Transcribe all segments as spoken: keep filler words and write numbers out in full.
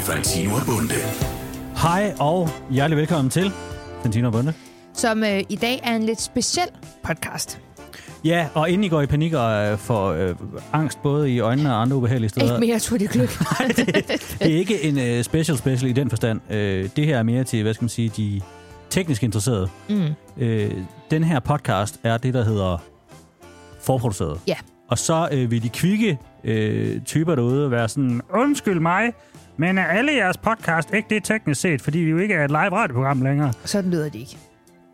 Fantino og Bunde. Hej og hjertelig velkommen til Fantino og Bunde. Som øh, i dag er en lidt speciel podcast. Ja, og inden I går i panik og øh, får øh, angst både i øjnene og andre ubehagelige steder. Ikke mere tror det gløk. Nej, det, det er ikke en øh, special special i den forstand. Øh, det her er mere til, hvad skal man sige, de teknisk interesserede. Mm. Øh, den her podcast er det, der hedder forproduceret. Ja. Og så øh, vil de kvikke øh, typer derude være sådan, undskyld mig, men er alle jeres podcast ikke det teknisk set, fordi vi jo ikke er et live radioprogram længere? Sådan lyder det ikke.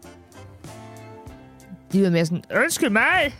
De lyder mere sådan, undskyld mig!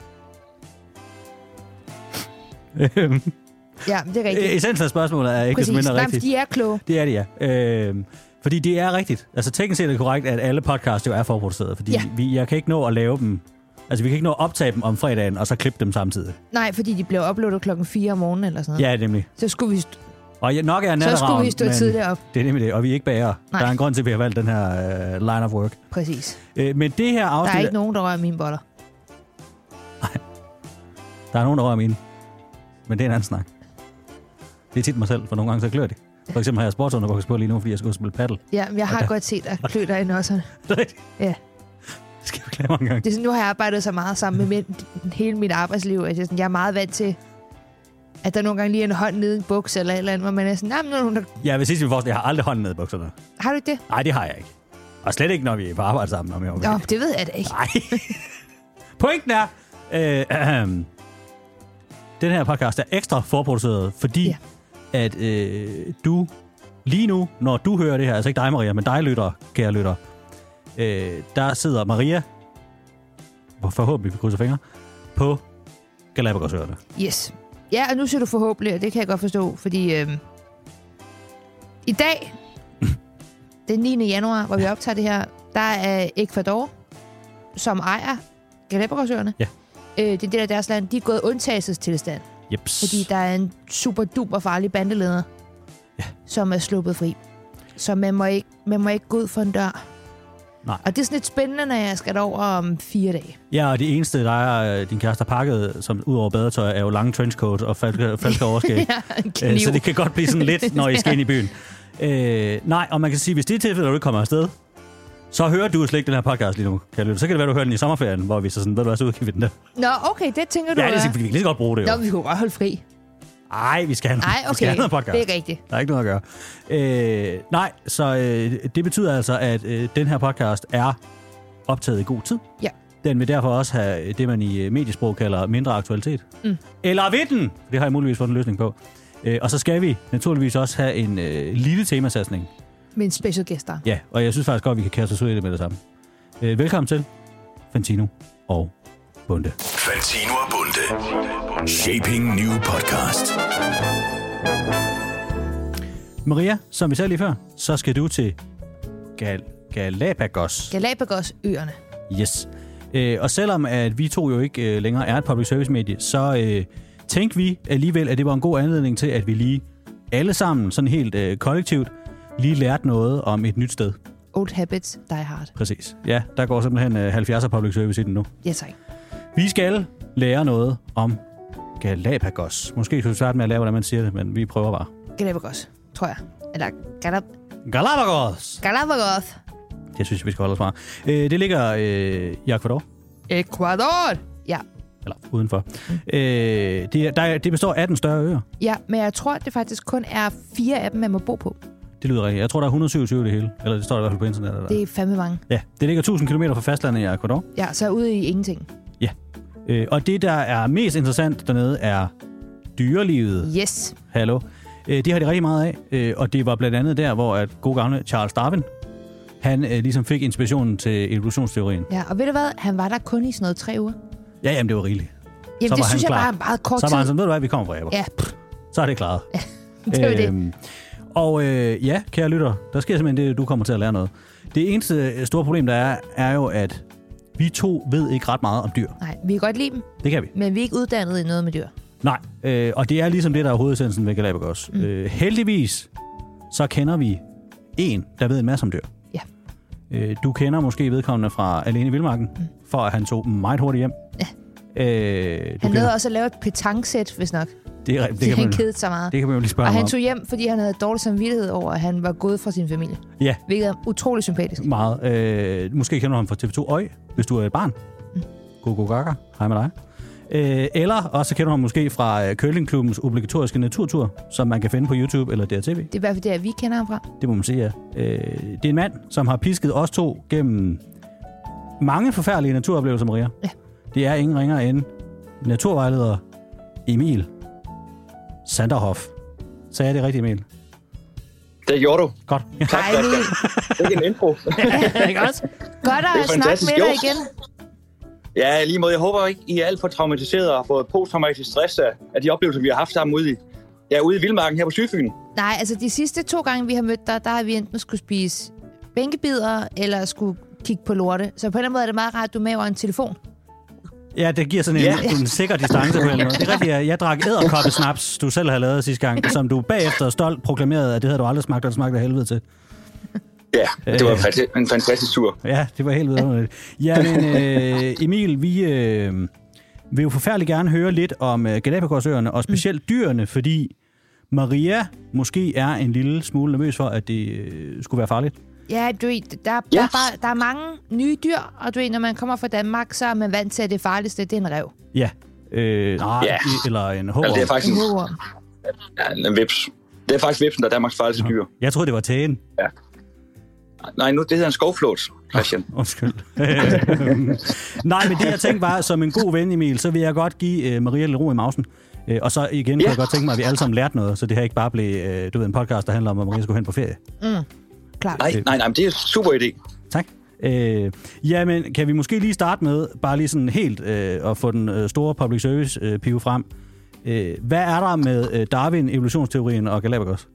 Ja, det er rigtigt. Essensen af spørgsmålet er ikke Præcis. mindre Nej, rigtigt. de er kloge. Det er det, ja. Øh, fordi det er rigtigt. Altså teknisk set er det korrekt, at alle podcasts jo er forproduceret, fordi ja. vi, jeg kan ikke nå at lave dem. Altså, vi kan ikke nå at optage dem om fredagen, og så klippe dem samtidig. Nej, fordi de blev uploadet klokken fire om morgenen eller sådan noget. Ja, nemlig. Så skulle vi... St- og ja, nok er så skulle vi stå tidligere op. Det er nemlig det, og vi er ikke bager. Nej. Der er en grund til, at vi har valgt den her uh, line of work. Præcis. Uh, men det her afsnit... Der er ikke nogen, der rører mine boller. Nej. Der er nogen, der rører mine. Men det er en anden snak. Det er tit mig selv, for nogle gange så klør det. For eksempel har jeg sportsunderbuks på lige nu, fordi jeg skal spille paddle. Ja, jeg har der... godt set dig klø dig i nosserne. Det er rigtigt. Ja. Det skal jeg beklage mange gange. Det er sådan, nu har jeg arbejdet så meget sammen med mit, hele mit arbejdsliv, at jeg, sådan, jeg er meget vant til, at der nogle gange lige er en hånd nede i en buks eller et eller andet, hvor man er sådan, nej, men nu er nogen, der... Ja, hvis jeg jeg har aldrig hånden nede i bukserne. Har du ikke det? Nej, det har jeg ikke. Og slet ikke, når vi er på arbejde sammen. Om jeg Nå, det ved jeg da ikke. Nej. Pointen er, øh, øh, den her podcast er ekstra forproduceret, fordi ja. at øh, du lige nu, når du hører det her, altså ikke dig, Maria, men dig, lytter, kære lytter, øh, der sidder Maria, forhåbentlig vi krydser fingre, på Galapagosøerne. Yes. Ja, og nu siger du forhåbentlig, og det kan jeg godt forstå, fordi øh, i dag, den niende januar, hvor vi optager det her, der er Ecuador, som ejer Galapagosøerne. Ja. Øh, det er det af deres land. De er gået undtagelsestilstand. Jeps. Fordi der er en super duper farlig bandeleder, ja. som er sluppet fri. Så man må ikke, man må ikke gå ud for en dør. Nej. Og det er sådan lidt spændende, når jeg skal derover om fire dage. Ja, og det eneste, der er din kæreste har pakket, som ud over badetøj, er jo lange trenchcoat og falske, falske overskæg. ja, så det kan godt blive sådan lidt, når I skal ind i byen. Øh, nej, og man kan sige, hvis det er tilfældet, at du ikke kommer afsted, så hører du slet ikke den her podcast lige nu, kan jeg lytte. Så kan det være, du hører den i sommerferien, hvor vi så sådan, ved du hvad, så udgiver vi den der. Nå, okay, det tænker du. Ja, det er fordi vi kan lige så godt bruge det jo. Nå, vi kunne godt holde fri. Nej, vi skal have, Ej, okay. vi skal have noget podcast. Det er rigtigt. Der er ikke noget at gøre. Øh, nej, så øh, det betyder altså, at øh, den her podcast er optaget i god tid. Ja. Den vil derfor også have det, man i mediesprog kalder mindre aktualitet. Mm. Eller vidden! Det har jeg muligvis fået en løsning på. Øh, og så skal vi naturligvis også have en øh, lille temasatsning. Med en special gæst der. Ja, og jeg synes faktisk godt, at vi kan kaste os ud i det med det samme. Øh, velkommen til Fantino og Bunde. Fantino og Bunde. Shaping New Podcast. Maria, som vi sagde lige før, så skal du til Gal- Galapagos. Galapagos-øerne. Yes. Øh, og selvom at vi to jo ikke øh, længere er et public service medie, så øh, tænkte vi alligevel, at det var en god anledning til, at vi lige alle sammen, sådan helt øh, kollektivt, lige lærte noget om et nyt sted. Old habits die hard. Præcis. Ja, der går simpelthen øh, halvfjerdser public service i den nu. Ja, tak. Vi skal lære noget om Galapagos. Måske skal vi starte med at lære, hvordan man siger det, men vi prøver bare. Galapagos, tror jeg. Eller Galap- Galapagos! Galapagos. Det synes jeg, vi skal holde os fra. Øh, det ligger øh, i Ecuador. Ecuador! Ja. Eller udenfor. Mm. Øh, det, er, der, det består af atten større øer. Ja, men jeg tror, at det faktisk kun er fire af dem, man må bo på. Det lyder rigtigt. Jeg tror, der er et hundrede og syvogtyve det hele. Eller det står i hvert fald på internettet. Der. Det er fandme mange. Ja, det ligger tusind kilometer fra fastlandet i Ecuador. Ja, så ude i ingenting. Ja. Øh, og det, der er mest interessant dernede, er dyrelivet. Yes. Hallo. Øh, det har de rigtig meget af. Øh, og det var blandt andet der, hvor at god gamle Charles Darwin, han øh, ligesom fik inspirationen til evolutionsteorien. Ja, og ved du hvad? Han var der kun i sådan noget tre uger. Ja, jamen det var rigeligt. Jamen så det synes jeg klar. bare er meget kort tid. Så var han sådan, ved du hvad, vi kommer fra aber. Ja. Så er det klaret. Ja, det var øhm, det. Og øh, ja, kære lytter, der sker simpelthen det, du kommer til at lære noget. Det eneste store problem, der er, er jo, at vi to ved ikke ret meget om dyr. Nej, vi kan godt lide dem. Det kan vi. Men vi er ikke uddannet i noget med dyr. Nej, øh, og det er ligesom det, der er hovedessensen ved Galapagos. Mm. Øh, heldigvis, så kender vi en, der ved en masse om dyr. Ja. Øh, du kender måske vedkommende fra Alene i Vildmarken, mm. for at han tog meget hurtigt hjem. Ja. Øh, han lavede også at lave et petangsæt, hvis nok. Det, er, det, det kan han man, kedede sig meget. det kan man jo lige spørge Og ham han om. tog hjem, fordi han havde dårlig samvittighed over, at han var gået fra sin familie. Ja. Hvilket er utrolig sympatisk. Meget. Øh, måske kender du ham fra T V to Øj, hvis du er et barn. Mm. Gogo Gaga. Hej med dig. Øh, eller også kender du ham måske fra øh, Curlingklubbens obligatoriske naturtur, som man kan finde på YouTube eller D R T V. Det er i hvert fald der, vi kender ham fra. Det må man sige, ja. Øh, det er en mand, som har pisket os to gennem mange forfærdelige naturoplevelser, Maria. Ja. Det er ingen ringer end naturvejleder Emil Sanderhoff. Sagde jeg det rigtigt, Emil? Det gjorde du. Godt. Tak, Hej, Emil. Det er ikke en intro. Ikke også? Godt at snakke fantastisk. med dig Jo. igen. Ja, lige måde. Jeg håber ikke, I er alt for traumatiseret og har fået posttraumatisk stress af, af de oplevelser, vi har haft sammen ude i, ja, ude i Vildmarken her på Sydfyn. Nej, altså de sidste to gange, vi har mødt dig, der har vi enten skulle spise bænkebider, eller skulle kigge på lorte. Så på en eller anden måde er det meget rart, at du er med over en telefon. Ja, det giver sådan en, Ja. en sikker distance på en eller anden måde. Det er rigtigt, ja. Jeg drak edderkoppesnaps, du selv har lavet sidste gang, som du bagefter stolt proklamerede, at det havde du aldrig smagt, og det smagte af helvede til. Ja, det var øh. en fantastisk tur. Ja, det var helt vidunderligt. Ja, men øh, Emil, vi øh, vil jo forfærdeligt gerne høre lidt om øh, Galapagosøerne, og specielt dyrene, fordi Maria måske er en lille smule nervøs for, at det øh, skulle være farligt. Ja, du ved, der, der, Ja. er bare, der er mange nye dyr, og du ved, når man kommer fra Danmark, så er man vant til, at det farligste, det er en ræv. Ja. Øh, nej, Ja. eller en Altså, det er hår. faktisk En en, hovedorm. ja, en vips. Det er faktisk vipsen, der er Danmarks farligste dyr. Jeg troede, det var tægen. Nej, nu det hedder en skovflåt, Christian. Undskyld. Nej, men det jeg tænkte bare, som en god ven, Emil, så vil jeg godt give uh, Maria lidt ro i mausen. Uh, og så igen, ja. kan jeg godt tænke mig, at vi alle sammen lærte noget, så det her ikke bare blev uh, du ved, en podcast, der handler om, at Maria skulle hen på ferie. Mm, klart. Nej, nej, nej, men det er en super idé. Tak. Uh, jamen, kan vi måske lige starte med, bare lige sådan helt uh, at få den uh, store public service uh, pive frem. Uh, hvad er der med uh, Darwin, evolutionsteorien og Galapagos?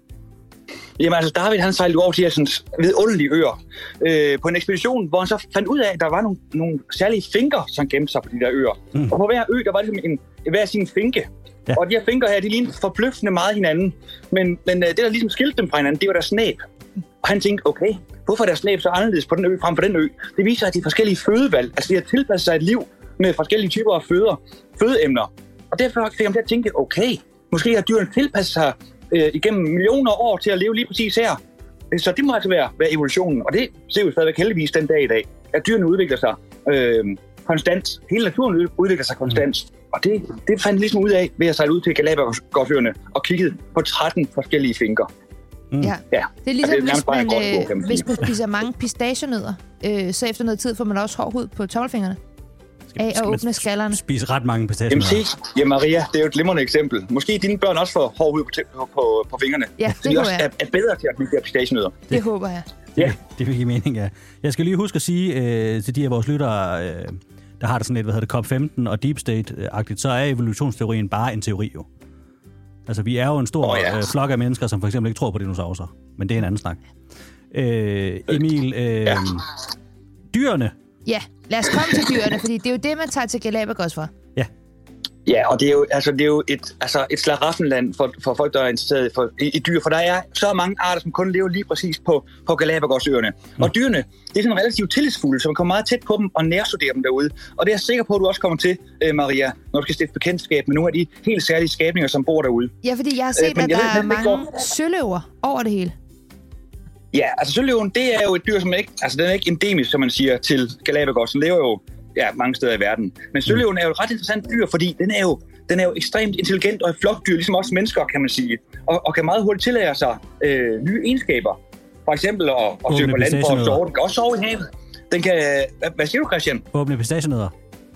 Jamen altså, David han sejlede over de her sådan, vidunderlige øer øh, på en ekspedition, hvor han så fandt ud af, at der var nogle, nogle særlige finker, som gemte sig på de der øer. Mm. Og på hver ø, der var ligesom en, hver sin finke. Ja. Og de her finker her, de lignede forbløffende meget hinanden. Men, men øh, det, der ligesom skilte dem fra hinanden, det var deres næb. Og han tænkte, okay, hvorfor er deres næb så anderledes på den ø frem for den ø? Det viser, at de forskellige fødevalg, altså de har tilpasset sig et liv med forskellige typer af føder, fødeemner. Og derfor fik han til at tænke, okay, måske har dyrene tilpasset sig øh, igennem millioner af år til at leve lige præcis her. Så det må altså være, være evolutionen, og det ser vi stadigvæk heldigvis den dag i dag, at dyrene udvikler sig øh, konstant. Hele naturen udvikler sig konstant, mm. og det, det fandt ligesom ud af ved at sejle ud til Galapagosøerne og kiggede på tretten forskellige finker. Mm. Ja. Ja. Det er ligesom, det er hvis, man, godt, øh, kan man hvis man spiser mange pistacienødder, øh, så efter noget tid får man også hård hud på tommelfingrene. Af at åbne skallerne. Spise ret mange pistacier. Jamen se, ja Maria, det er jo et glimrende eksempel. Måske dine børn også får hård hud på, på, på, på fingrene. Ja, så det de håber også jeg. er, er bedre til at blive pistacienødder. Det, det håber jeg. Ja. Det, det vil give mening, ja. Jeg skal lige huske at sige øh, til de af vores lyttere, øh, der har det sådan lidt, hvad hedder det, C O P femten og Deep State-agtigt, så er evolutionsteorien bare en teori jo. Altså, vi er jo en stor oh, ja. øh, flok af mennesker, som for eksempel ikke tror på dinosaurer. Men det er en anden snak. Øh, Emil, øh, ja. dyrene. Ja, lad os komme til dyrene, fordi det er jo det, man tager til Galapagos for. Ja. Ja, og det er jo, altså, det er jo et, altså, et slaraffenland for, for folk, der er interesseret for, i, i dyr. For der er så mange arter, som kun lever lige præcis på, på Galapagosøerne. Mm. Og dyrene, det er sådan relativt tillidsfulde, så man kommer meget tæt på dem og nærstuderer dem derude. Og det er jeg sikker på, at du også kommer til, øh, Maria, når du skal stifte bekendtskab med nogle af de helt særlige skabninger, som bor derude. Ja, fordi jeg har set, øh, at der ved, er mange søløver over det hele. Ja, altså søløven, det er jo et dyr, som ikke, altså den er ikke endemisk, som man siger, til Galapagos. Den lever jo ja, mange steder i verden. Men søløven er jo et ret interessant dyr, fordi den er jo, den er jo ekstremt intelligent og et flokdyr, ligesom også mennesker, kan man sige. Og, og kan meget hurtigt tillære sig øh, nye egenskaber. For eksempel at, at søge på land for at sove. Den kan også sove i havet. Den kan, hvad, hvad siger du, Christian? Åbne pistacienødder.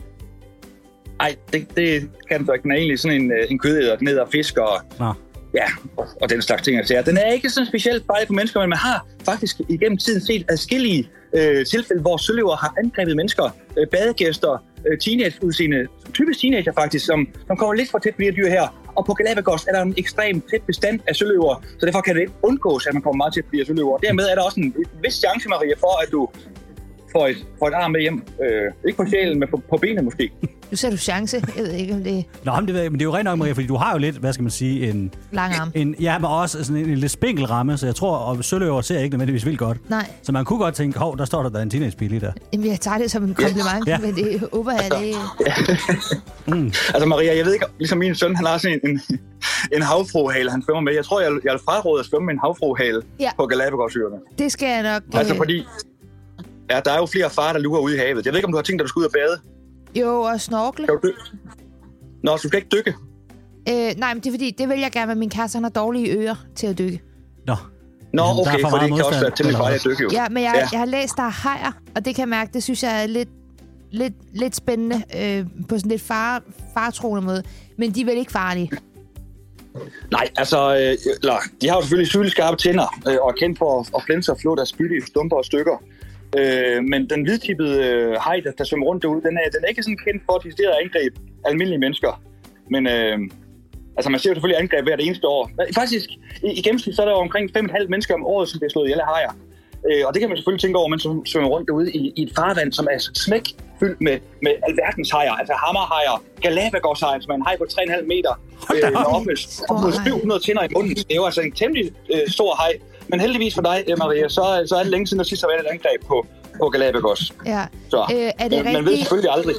Nej, det, det kan den så ikke. Den er egentlig sådan en, en kødæder, den æder fisk og... Nå. Ja, og den slags ting. Den er ikke sådan specielt farlig for mennesker, men man har faktisk igennem tiden set adskillige øh, tilfælde, hvor søløver har angrebet mennesker, øh, badegæster, øh, teenage-udseende, typisk teenager faktisk, som, som kommer lidt for tæt på de her dyr her. Og på Galapagos er der en ekstremt tæt bestand af søløver, så derfor kan det ikke undgås, at man kommer meget tæt på de her søløver. Dermed er der også en vis chance, Maria, for at du får et, får et arm med hjem. Øh, ikke på sjælen, men på, på benet måske. Nu ser du chance. Jeg ved ikke, om det er Nå, men det, ved jeg, men det er jo rent nok, Maria, fordi du har jo lidt, hvad skal man sige, en... lang arm. En, ja, men også sådan en, en lidt spinkel ramme, så jeg tror, og søløver ser ikke nødvendigvis vildt godt. Nej. Så man kunne godt tænke, hov, der står der, der er en teenage-pige lige der. Jamen, jeg tager det som en kompliment, Ja. men det håber jeg, det Mm. Altså Maria, jeg ved ikke, ligesom min søn, han har sådan en, en, en havfruhale, han svømmer med. Jeg tror, jeg, jeg vil fraråde at svømme med en havfruhale Ja. på Galapagosøerne. det skal jeg nok... Altså øh, fordi, ja, der er jo flere farer, der lurer ude i havet. Jeg ved ikke, om du har tænkt dig, at du skal ud og bade. Jo, og snorkle. Skal du dykke? Nå, så du skal ikke dykke. Øh, nej, men det er fordi, det vil jeg gerne, men min kæreste han har dårlige ører til at dykke. Nå. Nå, Jamen, der er okay, for for meget det kan også være modstand, temmelig eller farligt at dykke jo. Ja, men jeg, Ja. jeg har læst, der er hajer, og det kan jeg mærke, det synes jeg er lidt, lidt, lidt spændende øh, på sådan lidt far, fartroende måde. Men de er vel ikke farlige? Nej, altså, øh, eller, de har jo selvfølgelig sylskarpe tænder, øh, og er kendt for at, at flænse og flå deres spytte i stumper og stykker. Øh, men den hvidtippede øh, haj, der, der svømmer rundt derude, den er, den er ikke sådan kendt for at decidere angreb almindelige mennesker. Men øh, altså, man ser jo selvfølgelig angreb hvert eneste år. Faktisk, i, i gennemsnit, så er der jo omkring fem komma fem mennesker om året, som bliver slået ihjel af hajer. Øh, og det kan man selvfølgelig tænke over, mens man svømmer rundt derude i, i et farvand, som er smæk fyldt med, med alverdens hajer. Altså hammerhajer, Galapagoshajer, som er en haj på tre komma fem meter, øh, med op med op mod syv hundrede tænder i munden. Det er jo altså en temmelig øh, stor haj. Men heldigvis for dig, Maria, så, så er det længe siden, der sidst har været et angreb på, på Galapagos. Ja. Så Øh, er det øh, man ved rigtigt, selvfølgelig aldrig.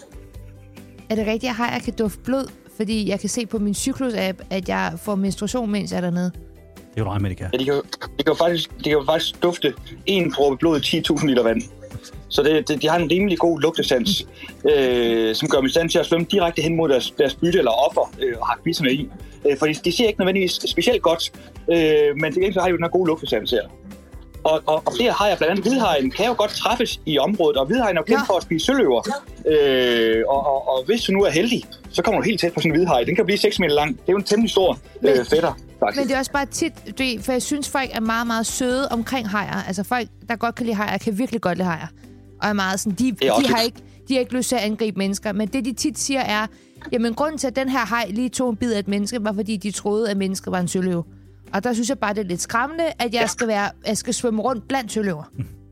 er det rigtigt, at hajer kan dufte blod? Fordi jeg kan se på min cyklus-app, at jeg får menstruation, mens jeg er dernede. Det er jo regne med, det kan. Ja, de kan, jo, de, kan jo faktisk, de kan jo faktisk dufte en dråbe blod i ti tusind liter vand. Så det, det, de har en rimelig god lugtesans, øh, som gør dem i stand til at svømme direkte hen mod deres, deres bytte eller offer øh, og hakke bisserne i. Øh, for de, de ser ikke nødvendigvis specielt godt, øh, men det så har de jo den her gode lugtesans her. Og, og, og flere hajer, blandt andet hvidhajen, kan jo godt træffes i området, og hvidhajen er jo kendt Ja. for at spise søløver. Øh, og, og, og hvis du nu er heldig, så kommer du helt tæt på sådan en hvidhaj. Den kan blive seks meter lang. Det er jo en temmelig stor Men- øh, fætter, faktisk. Men det er også bare tit, du ved, for jeg synes, folk er meget, meget søde omkring hajer. Altså folk, der godt kan lide hajer, kan virkelig godt lide hajer. Og er meget sådan, de, er også de, har et- ikke, de har ikke lyst til at angribe mennesker. Men det, de tit siger, er, jamen grunden til, at den her haj lige tog en bid af et menneske, var fordi, de troede, at mennesket var en søløve. Og der synes jeg bare, det er lidt skræmmende, at jeg, ja. skal, være, jeg skal svømme rundt blandt søløver.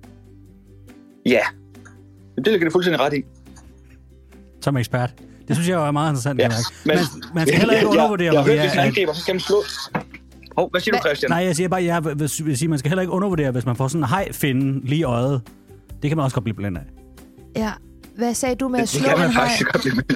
Ja, det ligger det fuldstændig ret i. Som ekspert. Det synes jeg jo er meget interessant. Ja, Ja. men, Man, man skal heller ikke undervurdere, Jeg, jeg, jeg Maria, hørte, hvis en at- angriber, så skal man slå... Hov, hvad siger du, Christian? Nej, jeg siger bare, jeg vil, vil sige, man skal heller ikke undervurdere, hvis man får sådan en hajfinde lige i øjet. Det kan man også godt blive blind af. Ja. Hvad sagde du med at det slå kan man en haj? faktisk godt lide med.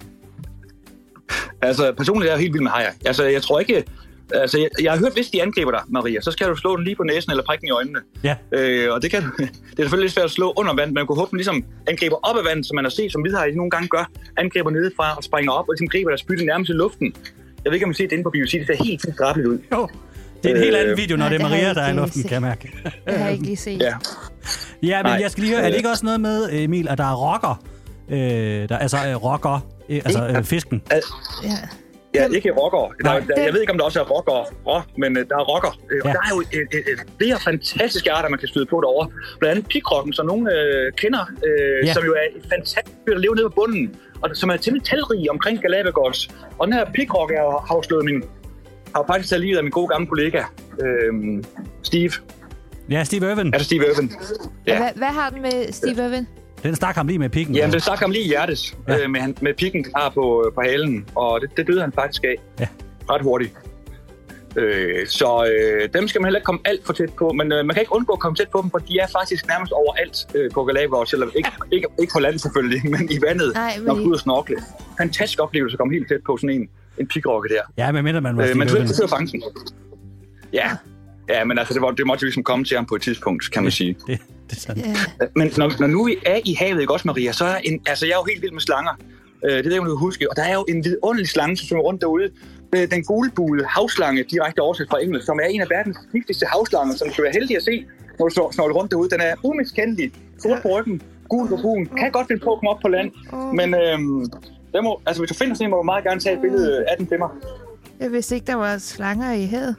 Altså, personligt er jeg helt vild med hajer. Altså, jeg tror ikke... Altså, jeg, jeg har hørt, hvis de angriber dig, Maria, så skal du slå den lige på næsen eller prikke den i øjnene. Ja. Øh, og det, kan, det er selvfølgelig lidt svært at slå under vand, men man kunne håbe, den ligesom angriber op af vandet, som man har set, som hvidhajer nogle gange gør. Angriber nedefra og springer op, og ligesom griber deres bytte nærmest i luften. Jeg ved ikke, om man ser det inde på B B C. Det ser helt skrabeligt ud. Jo. Det er en helt anden Øh, video, når nej, det er det har jeg Maria, der er i ikke luften, set. kan jeg mærke. Det har jeg ikke lige set. Ja. Ja, men Nej. jeg skal lige høre, er det ikke også noget med, Emil, at der er rocker? Øh, der, altså øh, rocker, øh, altså øh, fisken. Ja. Ja, ikke rocker. Der, Nej. der, jeg ved ikke, om der også er rocker, rå, men uh, der er rocker. Uh, Ja. ja. Der er jo et, et, et, flere fantastiske arter, man kan støde på derovre. Blandt andet pikrokken, som nogen uh, kender, uh, Ja. ja. som jo er et fantastisk dyr, der lever nede på bunden, og som er temmelig talrig omkring Galapagos. Og den her pikrok er, har jo slået min... har jo faktisk taget livet af min gode gamle kollega, uh, Steve. Ja, Steve Irwin. Altså Steve Irwin. Ja. Ja. Hvad, hvad har den med Steve Irwin? Den stak ham lige med pikken. Jamen, det stak ham lige i hjertet Ja. ja. øh, med, han- med pikken har på, på halen, og det, det døde han faktisk af Ja. ret hurtigt. Øh, så øh, dem skal man heller ikke komme alt for tæt på, men øh, man kan ikke undgå at komme tæt på dem, for de er faktisk nærmest overalt øh, på Galapagos, selvom ikke, ikke, ikke på land selvfølgelig, men i vandet, Nej, men når man i- går ud og snorkle. Fantastisk oplevelse at komme helt tæt på sådan en, en pikrokke der. Ja, men mindre man var Øh, Steve men du Irwin. ikke forsøge at fange den. Ja. Ja, men altså, det, var, det måtte jo ligesom komme til ham på et tidspunkt, kan man sige. Det, det er sandt. Ja. Men når, når nu vi er i havet, ikke også, Maria, så er en, altså, jeg er jo helt vild med slanger. Øh, det er det, du kan huske. Og der er jo en vidunderlig slange, som svømmer rundt derude. Øh, Den gulbuede havslange, direkte oversat fra engelsk, som er en af verdens giftigste havslanger, som du skal være heldig at se, når du snorker rundt derude. Den er umiskendelig. Sort på ryggen, gul på bugen. Kan godt finde på at komme op på land. Men øhm, der må, altså, hvis du finder sådan en, må du meget gerne tage et billede af den til mig. Jeg vidste ikke, der var slanger i havet.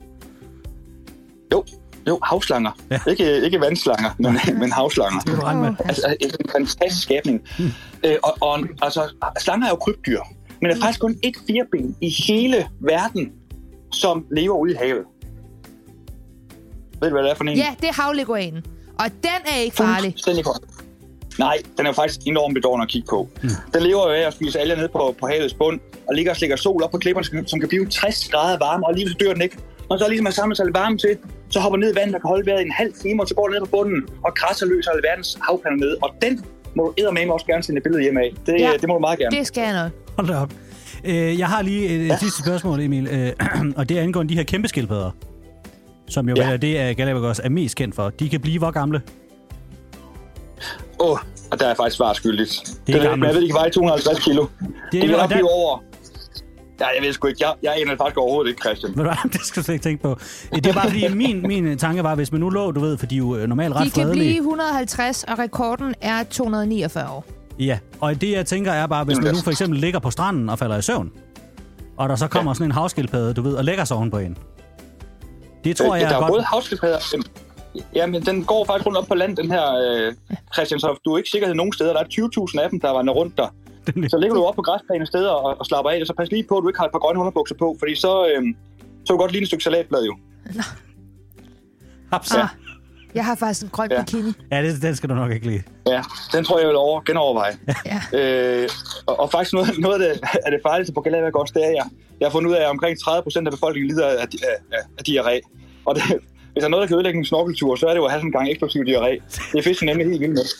Jo, jo, havslanger. Ja. Ja. Ikke, ikke vandslanger, men, men havslanger. Det er du regne med. Altså, en fantastisk skabning. Mm. Øh, og, og altså, slanger er jo krybdyr, men der er faktisk kun et fireben i hele verden, som lever ude i havet. Ved du, hvad det er for en? Ja, det er havleguanen. Og den er ikke farlig. Fuldstændig korrekt. Nej, den er faktisk enormt bedårende at kigge på. Mm. Den lever jo af at spise alger nede på, på havets bund, og ligger og slikker sol op på klipperne, som kan blive tres grader varme, og lige så dør den ikke. Når så ligesom har samlet sig lidt varme til, så hopper ned i vandet, der kan holde vejret i en halv time, og så går den ned på bunden og krasser løs af verdens havplaner ned. Og den må du eddermame også gerne sende et billede hjemme af. Det, ja, det må du meget gerne. Det skal jeg nok. Hold da op. Øh, jeg har lige et, et ja. sidste spørgsmål, Emil, øh, og det er angående de her kæmpe skildpadder, som jo ja. er det, at Galapagos er mest kendt for. De kan blive hvor gamle? Åh, oh, og der er faktisk svar skyldigt. Det er det, jeg ved, de kan veje to hundrede og halvtreds kilo. Det er jo nok over... Ja, jeg ved sgu ikke. Jeg, jeg aner det faktisk overhovedet ikke, Christian. Ved du hvad? Det skal du slet ikke tænke på. Det er bare fordi, min, min tanke var, hvis man nu lå, du ved, for de er jo normalt ret fredelige. De kan blive et hundrede og halvtreds, og rekorden er to hundrede og niogfyrre år. Ja, og det jeg tænker er bare, hvis man nu for eksempel ligger på stranden og falder i søvn, og der så kommer ja. sådan en havskildpadde, du ved, og lægger sig oven på en. Det tror øh, jeg der er godt... både havskildpadder... Jamen, den går faktisk rundt op på land, den her, øh, Christian, så du er ikke sikker nogen steder. Der er tyve tusind af dem, der vandrer rundt der. Så ligger du op på græsplæne steder og, og slapper af, og så pas lige på, at du ikke har et par grønne underbukser på, fordi så, øh, så er du godt lige et stykke salatblad jo. Nå. Haps. Ah, jeg har faktisk en grøn ja. bikini. Ja, det, den skal du nok ikke lide. Ja, den tror jeg, jeg vil over, genoverveje. Ja. Øh, og, og faktisk noget, noget af, det, af det farligste på Galapagos, det er, jeg, jeg har fundet ud af, at omkring tredive procent af befolkningen lider af, af, af, af diarré. Og det, hvis der er noget, der kan ødelægge en snorkeltur, så er det jo at have sådan en gang eksplosiv diarré. Det er fisken nemlig helt vildt med.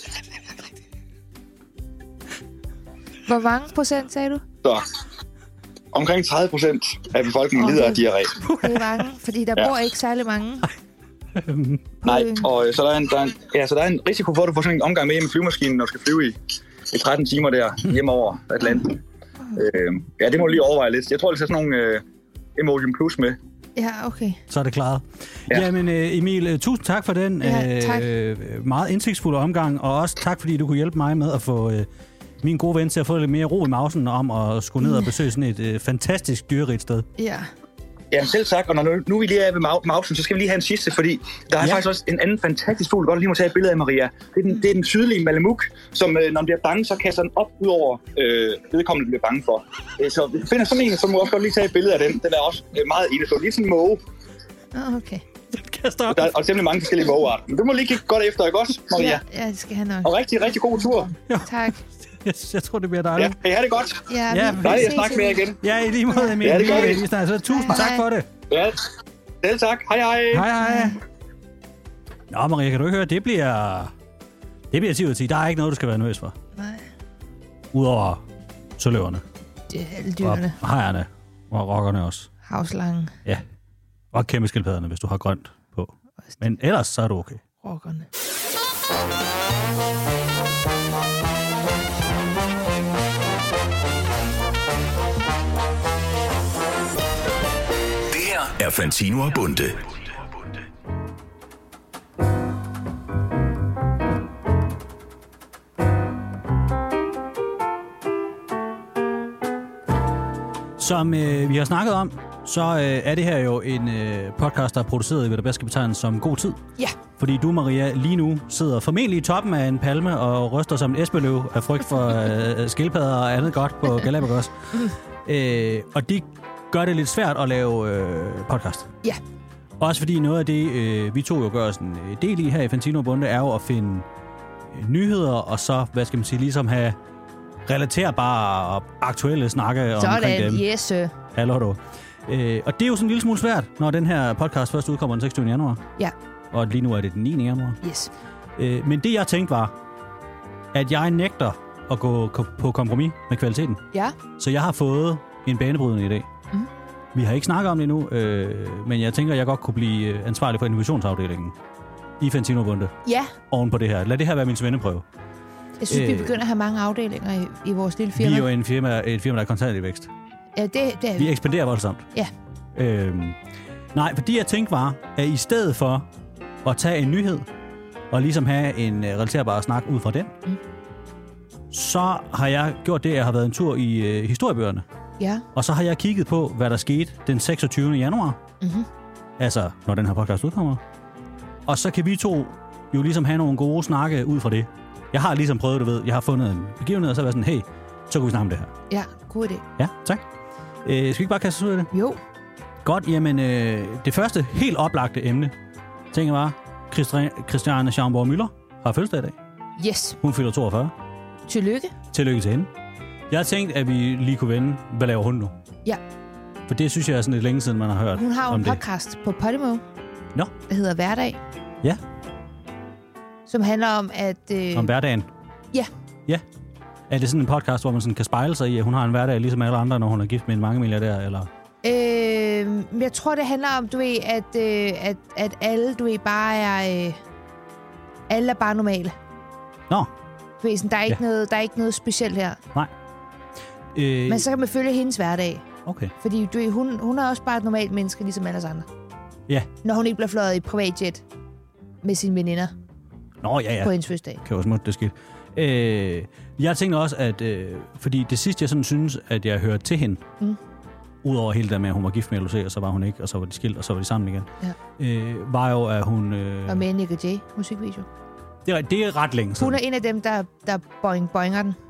Hvor mange procent, sagde du? Så omkring tredive procent af befolkningen okay. lider af diarré. Det er mange, fordi der ja. bor ikke særlig mange. Nej, og så der, er en, der, er en, ja, så der er en risiko for, at du får sådan en omgang med hjemme i flyvemaskinen, når du skal flyve i, i tretten timer der hjemme over Atlanten. Øh, ja, det må du lige overveje lidt. Jeg tror, det er sådan nogle øh, Imodium Plus med. Ja, okay. Så er det klaret. Ja. Jamen Emil, tusind tak for den ja, tak. øh, meget indsigtsfulde omgang, og også tak, fordi du kunne hjælpe mig med at få øh, min gode ven til at få lidt mere ro i mausen om at skulle ned og besøge sådan et øh, fantastisk dyrerigt sted. Ja. Ja, selv tak. Og når nu, nu vi lige er ved mausen, så skal vi lige have en sidste, fordi der er ja. faktisk også en anden fantastisk fugl, du godt lige må tage et billede af, Maria. Det er den, det er den sydlige malamuk, som øh, når den bliver bange, så kaster den op ud over øh, vedkommende, bliver bange for. Øh, så vi finder sådan en, så må også godt lige tage et billede af den. Den er også øh, meget enestående. Lige sådan en måge. Oh, okay. Og der er og simpelthen mange forskellige mågearter. Men du må lige kigge godt efter, ikke også, Maria? Ja, ja, det skal han nok. Og rigtig, rigtig god tur. Ja. Tak. Jeg, jeg tror, det bliver dejligt. Ja, ha' det godt. Ja, ja, dejligt at snakke med jer igen. Ja, i lige måde, Emil. Ja, det gør vi. Så tusind hej, tak hej. for det. Ja, selv tak. Hej, hej. Hej, hej. Nå, Maria, kan du ikke høre? Det bliver... Det bliver ti ud af ti. Der er ikke noget, du skal være nervøs for. Nej. Udover søløverne. Det er alle dyrene. Og hejerne. Og rockerne også. Havslangen. Ja. Og kæmpe skildpadderne, hvis du har grønt på. Men ellers så er du okay. Rockerne. Er Fantino og Bunde. Som øh, vi har snakket om, så øh, er det her jo en øh, podcast, der er produceret i, hvad der bedst skal betegnes som god tid. Ja. Fordi du, Maria, lige nu sidder formentlig i toppen af en palme og ryster som en esbeløv af frygt for øh, skildpadder og andet godt på Galapagos. øh, og det gør det lidt svært at lave øh, podcast. Ja. Også fordi noget af det, øh, vi to jo gør sådan en del i her i Fantino og Bunde, er jo at finde øh, nyheder, og så, hvad skal man sige, ligesom have relaterbare og aktuelle snakke sådan, omkring dem. Yes, sir. Hallo, du. Øh, og det er jo sådan en lille smule svært, når den her podcast først udkommer den seksogtyvende januar. Ja. Og lige nu er det den niende januar. Yes. Øh, men det, jeg tænkte var, at jeg nægter at gå på kompromis med kvaliteten. Ja. Så jeg har fået en banebrydende idé. Mm. Vi har ikke snakket om det endnu, øh, men jeg tænker, at jeg godt kunne blive ansvarlig for innovationsafdelingen i Fantino Bunde. Ja. Oven på det her. Lad det her være min svendeprøve. Jeg synes, øh, vi begynder at have mange afdelinger i, i vores lille firma. Vi er jo en firma, et firma, der er konstant i vækst. Ja, det, det er vi. Vi ekspanderer voldsomt. Ja. Øhm, nej, fordi jeg tænkte var, at i stedet for at tage en nyhed og ligesom have en relaterbar snak ud fra den, mm. så har jeg gjort det, at jeg har været en tur i øh, historiebøgerne. Ja. Og så har jeg kigget på, hvad der skete den seksogtyvende januar. Mm-hmm. Altså, når den her podcast udkommer. Og så kan vi to jo ligesom have nogle gode snakke ud fra det. Jeg har ligesom prøvet, du ved, jeg har fundet en begivenhed, og så har jeg været sådan, hey, så kan vi snakke om det her. Ja, god idé. Ja, tak. Øh, skal vi ikke bare kaste os ud af det? Jo. Godt, jamen, øh, det første helt oplagte emne, tænker jeg var, Christiane Schaumburg Müller har fødselsdag i dag. Yes. Hun fylder toogfyrre. Tillykke. Tillykke til hende. Jeg har tænkt, at vi lige kunne vende, hvad laver hun nu? Ja. For det synes jeg er sådan lidt længe siden, man har hørt Hun har jo om en det. podcast på Podimo, Nå, der hedder Hverdag, ja. som handler om, at... Øh, Om hverdagen. Ja. Ja. Er det sådan en podcast, hvor man sådan kan spejle sig i, at hun har en hverdag ligesom alle andre, når hun er gift med en mange milliardær, eller? Øh, jeg tror, det handler om, du ved, at, øh, at, at alle, du ved, bare er... Øh, alle er bare normale. Nå. Du ved, sådan, der, er ikke Ja. noget, der er ikke noget specielt her. Nej. Øh, Men så kan man følge hendes hverdag. Okay. Fordi du ved, hun, hun er også bare et normalt menneske, ligesom alle os andre. Ja. Når hun ikke bliver fløjet i privatjet med sine veninder Nå, ja, ja. på hendes fødselsdag. Kan jo smutte det skidt. Øh, jeg tænker også, at... Øh, fordi det sidste, jeg sådan synes, at jeg hørte til hende, Mm. udover hele det med, at hun var gift med L O C, og så var hun ikke, og så var de skilt, og så var de sammen igen, Ja. øh, var jo, at hun... Øh, Og med Nick og Jay musikvideo. det, er, det er ret længe siden. Hun er en af dem, der, der boing boinger den.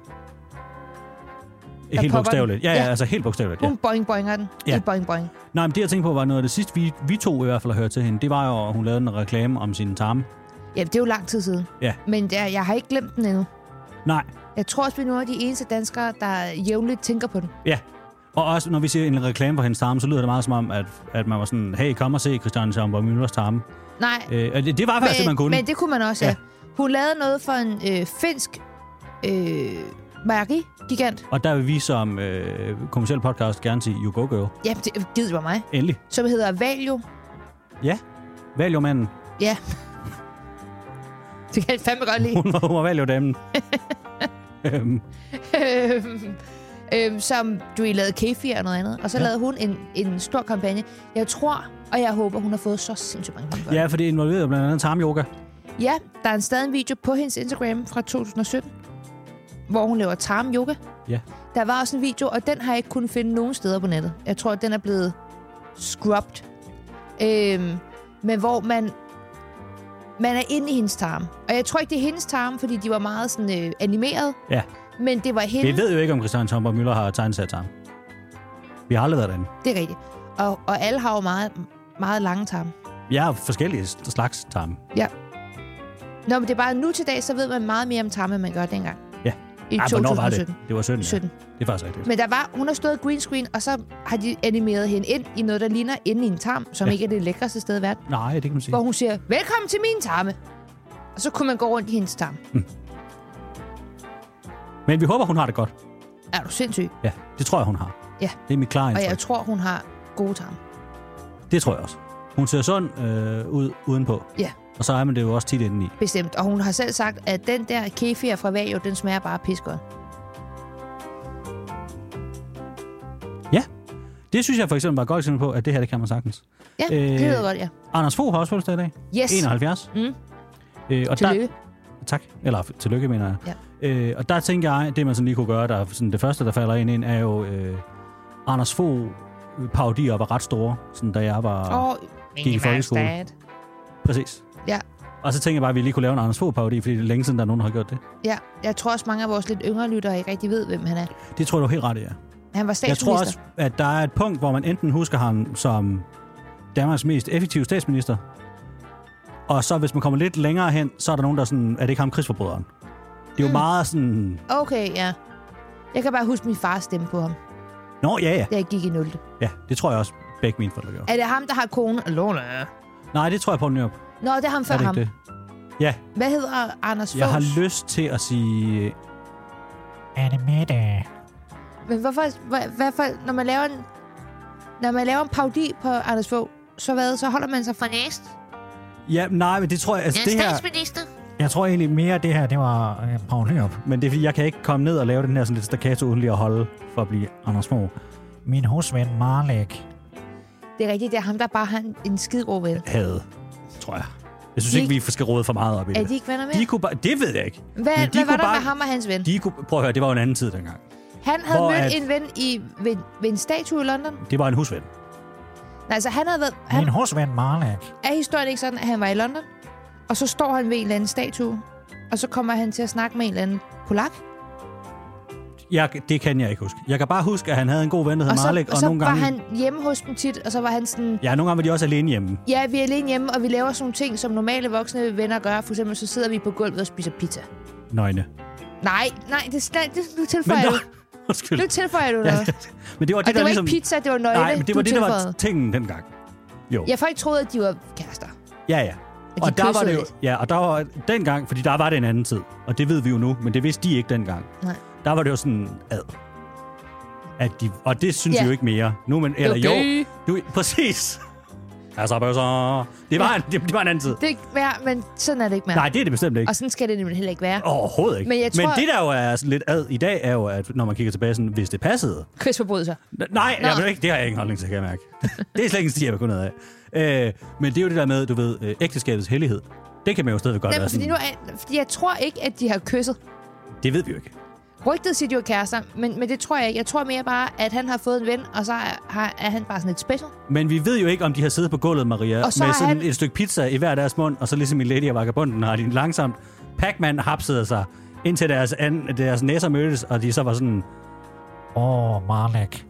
der Helt popper bogstaveligt. Ja, ja, Ja. altså helt bogstaveligt, ja. Hun boing boinger den. Ja. I boing boing. Nej, men det jeg tænkte på, var noget af det sidste, vi, vi to i hvert fald har hørt til hende, det var jo, at hun lavede en reklame om sin tarme. Ja, det er jo lang tid siden. Ja. Men der, jeg har ikke glemt den endnu. Nej, Jeg tror også, vi er nogle af de eneste danskere, der jævnligt tænker på den. ja. Og også når vi ser en reklame for hendes tarme, så lyder det meget som om, at, at man var sådan, hey, kom og se Christian Schaumburg Müllers tarme. Nej, Øh, og det, det var faktisk det, man kunne. men det kunne man også, ja. Ja. Hun lavede noget for en øh, finsk øh, mejeri-gigant. Og der vil vi som øh, kommerciel podcast gerne sige, you go girl. Ja, det gider var mig. Endelig. Som hedder Valio. Ja, Valio-manden. Ja. Det kan jeg fandme godt lide. Hun var, hun var Valio-damen. øhm, Øhm, øhm, som du har lavet kefir og noget andet. Og så Ja. ja. lavede hun en, en stor kampagne. Jeg tror, og jeg håber, hun har fået så sindssygt mange penge for det. ja, for det involverede blandt andet tarm-yoga. Ja, der er en stadig en video på hendes Instagram fra to tusind og sytten, hvor hun laver tarm-yoga. Ja. Der var også en video, og den har jeg ikke kunnet finde nogen steder på nettet. Jeg tror, at den er blevet scrubbed. Øhm, men hvor man, man er inde i hendes tarm. Og jeg tror ikke, det er hendes tarm, fordi de var meget sådan, øh, animeret. Ja. Men det var hende. Vi ved jo ikke, om Christian Schaumburg Müller har tegnesat tarm. Vi har aldrig været derinde. Det er rigtigt. Og, og alle har jo meget, meget lange tarme. Vi har forskellige slags tarme. Ja. Nå, men det er bare nu til dag, så ved man meget mere om tarme, end man gør dengang. Ja. I Ej, to hvornår tusind var og det? sytten. Det var sytten, ja. sytten. Det er faktisk rigtigt. Men der var, hun har stået green screen, og så har de animeret hende ind i noget, der ligner inde i en tarm, som Ja. ikke er det lækreste sted i verden. Nej, det kan man sige. Hvor hun siger, velkommen til min tarme. Og så kunne man gå rundt i hendes tarm. Men vi håber, hun har det godt. Er du sindssyg? Ja, det tror jeg, hun har. Ja. Det er mit klare Og indtryk. jeg tror, hun har gode tarme. Det tror jeg også. Hun ser sund øh, ud udenpå. Ja, Og så er man det jo også tit indeni. bestemt. Og hun har selv sagt, at den der kefir fra Valio, den smager bare pissegodt. Ja. Det synes jeg for eksempel var et godt eksempel på, at det her, det kan man sagtens. Ja, Øh, det lyder godt, ja. Anders Fogh har også fødselsdag i dag. Yes. enoghalvfjerds. Mm. Øh, og Tillykke. Der, tak. Eller tillykke, mener jeg. Ja. Øh, og der tænker jeg, det man sådan lige kunne gøre, der er sådan det første, der falder ind, ind er jo øh, Anders Fogh parodier var ret store, sådan da jeg var... Og gik i folkeskole. Præcis. Ja. Og så tænker jeg bare, at vi lige kunne lave en Anders Fogh parodi, fordi det er længe siden, der er nogen, der har gjort det. Ja, jeg tror også, mange af vores lidt yngre lyttere ikke rigtig ved, hvem han er. Det tror jeg, du er helt ret i, ja. Han var Jeg statsminister. tror også, at der er et punkt, hvor man enten husker ham som Danmarks mest effektive statsminister, og så hvis man kommer lidt længere hen, så er der nogen, der er sådan, er det ikke ham krigsforbryderen? Det er jo Mm. meget sådan... Okay, ja. Jeg kan bare huske min fars stemme på ham, Nå, ja, ja. da jeg gik i nulte. Ja, det tror jeg også, begge mine forældre gjorde. Er det ham, der har kone? Låne. Nej, det tror jeg på Nyrup. Nå, det er ham før Er det ham. ikke det? Ja, Hvad hedder Anders jeg har Foghs? lyst til at sige... Animette. Men hvorfor, hvor, hvorfor, når man laver en, når man laver en parodi på Anders Fogh, så hvad, så holder man sig for næst? Ja, nej, men det tror jeg... Altså, det her, statsminister. jeg tror egentlig mere, at det her, det var øh, Poul Nyrup. Men det er fordi, jeg kan ikke komme ned og lave den her sådan lidt staccato uden lige at holde for at blive Anders Fogh. Min husven Marlæk. Det er rigtigt, det er ham, der bare har en, en skide god ven. Havde, tror jeg. Jeg synes De ikke, vi skal råde for meget op i Er det. de ikke venner mere? De kunne bare, det ved jeg ikke. Hvad, Men de hvad var kunne der bare- med ham og hans ven? De kunne, prøv at høre, det var jo en anden tid dengang. Han havde Hvor mødt at- en ven i, ved, ved en statue i London. Det var en husven. Nej, altså han havde været... Han, Min husven Marlæk. er historien ikke sådan, at han var i London? Og så står han ved en eller anden statue, og så kommer han til at snakke med en eller anden polak. Jeg, det kan jeg ikke huske. Jeg kan bare huske, at han havde en god ven, der hed Og så, Marlæk, og og, så nogle var gange... han hjemme hos dem tit, og så var han sådan... Ja, nogle gange var de også alene hjemme. Ja, vi er alene hjemme, og vi laver sådan nogle ting, som normale voksne venner gør. For eksempel så sidder vi på gulvet og spiser pizza. Nøgne. Nej, nej, det, det, det nu tilføjer Men, du. Undskyld. Nu tilføjer du noget. Ja, men det var det, Og det der var ligesom... ikke pizza, det var nøgle, Nej, men det var du det, der var tilføjede. tingen dengang. Jo. Jeg folk troede, at de var kærester. Ja, ja. de Og der var det jo, kyssede ja, og der var dengang, fordi der var det en anden tid, og det ved vi jo nu, men det vidste de ikke dengang. Nej. Der var det jo sådan ad. At de, og det synes Ja. vi jo ikke mere. Nu, men, eller Okay. jo, du, præcis. Altså, så, det, var en, det, det var en anden tid. Det er ikke mere, men sådan er det ikke mere. Nej, det er det bestemt ikke. Og sådan skal det nemlig heller ikke være. Overhovedet ikke. Men jeg tror- men det, der jo er sådan lidt ad i dag, er jo, at når man kigger tilbage, sådan, hvis det passede. Krigsforbrydelser. Nej, Nå. jeg ved ikke, det har jeg ingen holdning til, kan jeg mærke. Det er slet ikke en sti, jeg vil gå ned af. Øh, men det er jo det der med, du ved, øh, ægteskabets hellighed. Det kan man jo stadigvæk godt Nej, være fordi, sådan. nu er, fordi jeg tror ikke, at de har kysset. Det ved vi jo ikke. Rygtet siger, de var kærester, men, men det tror jeg ikke. Jeg tror mere bare, at han har fået en ven, og så er, har, er han bare sådan et special. Men vi ved jo ikke, om de har siddet på gulvet, Maria, Og så med har sådan han- et stykke pizza i hver deres mund, og så ligesom i Lady og Vagabunden har de langsomt Pac-Man hapsede sig, indtil deres, an, deres næser mødtes, og de så var sådan... Åh, oh, Marlek.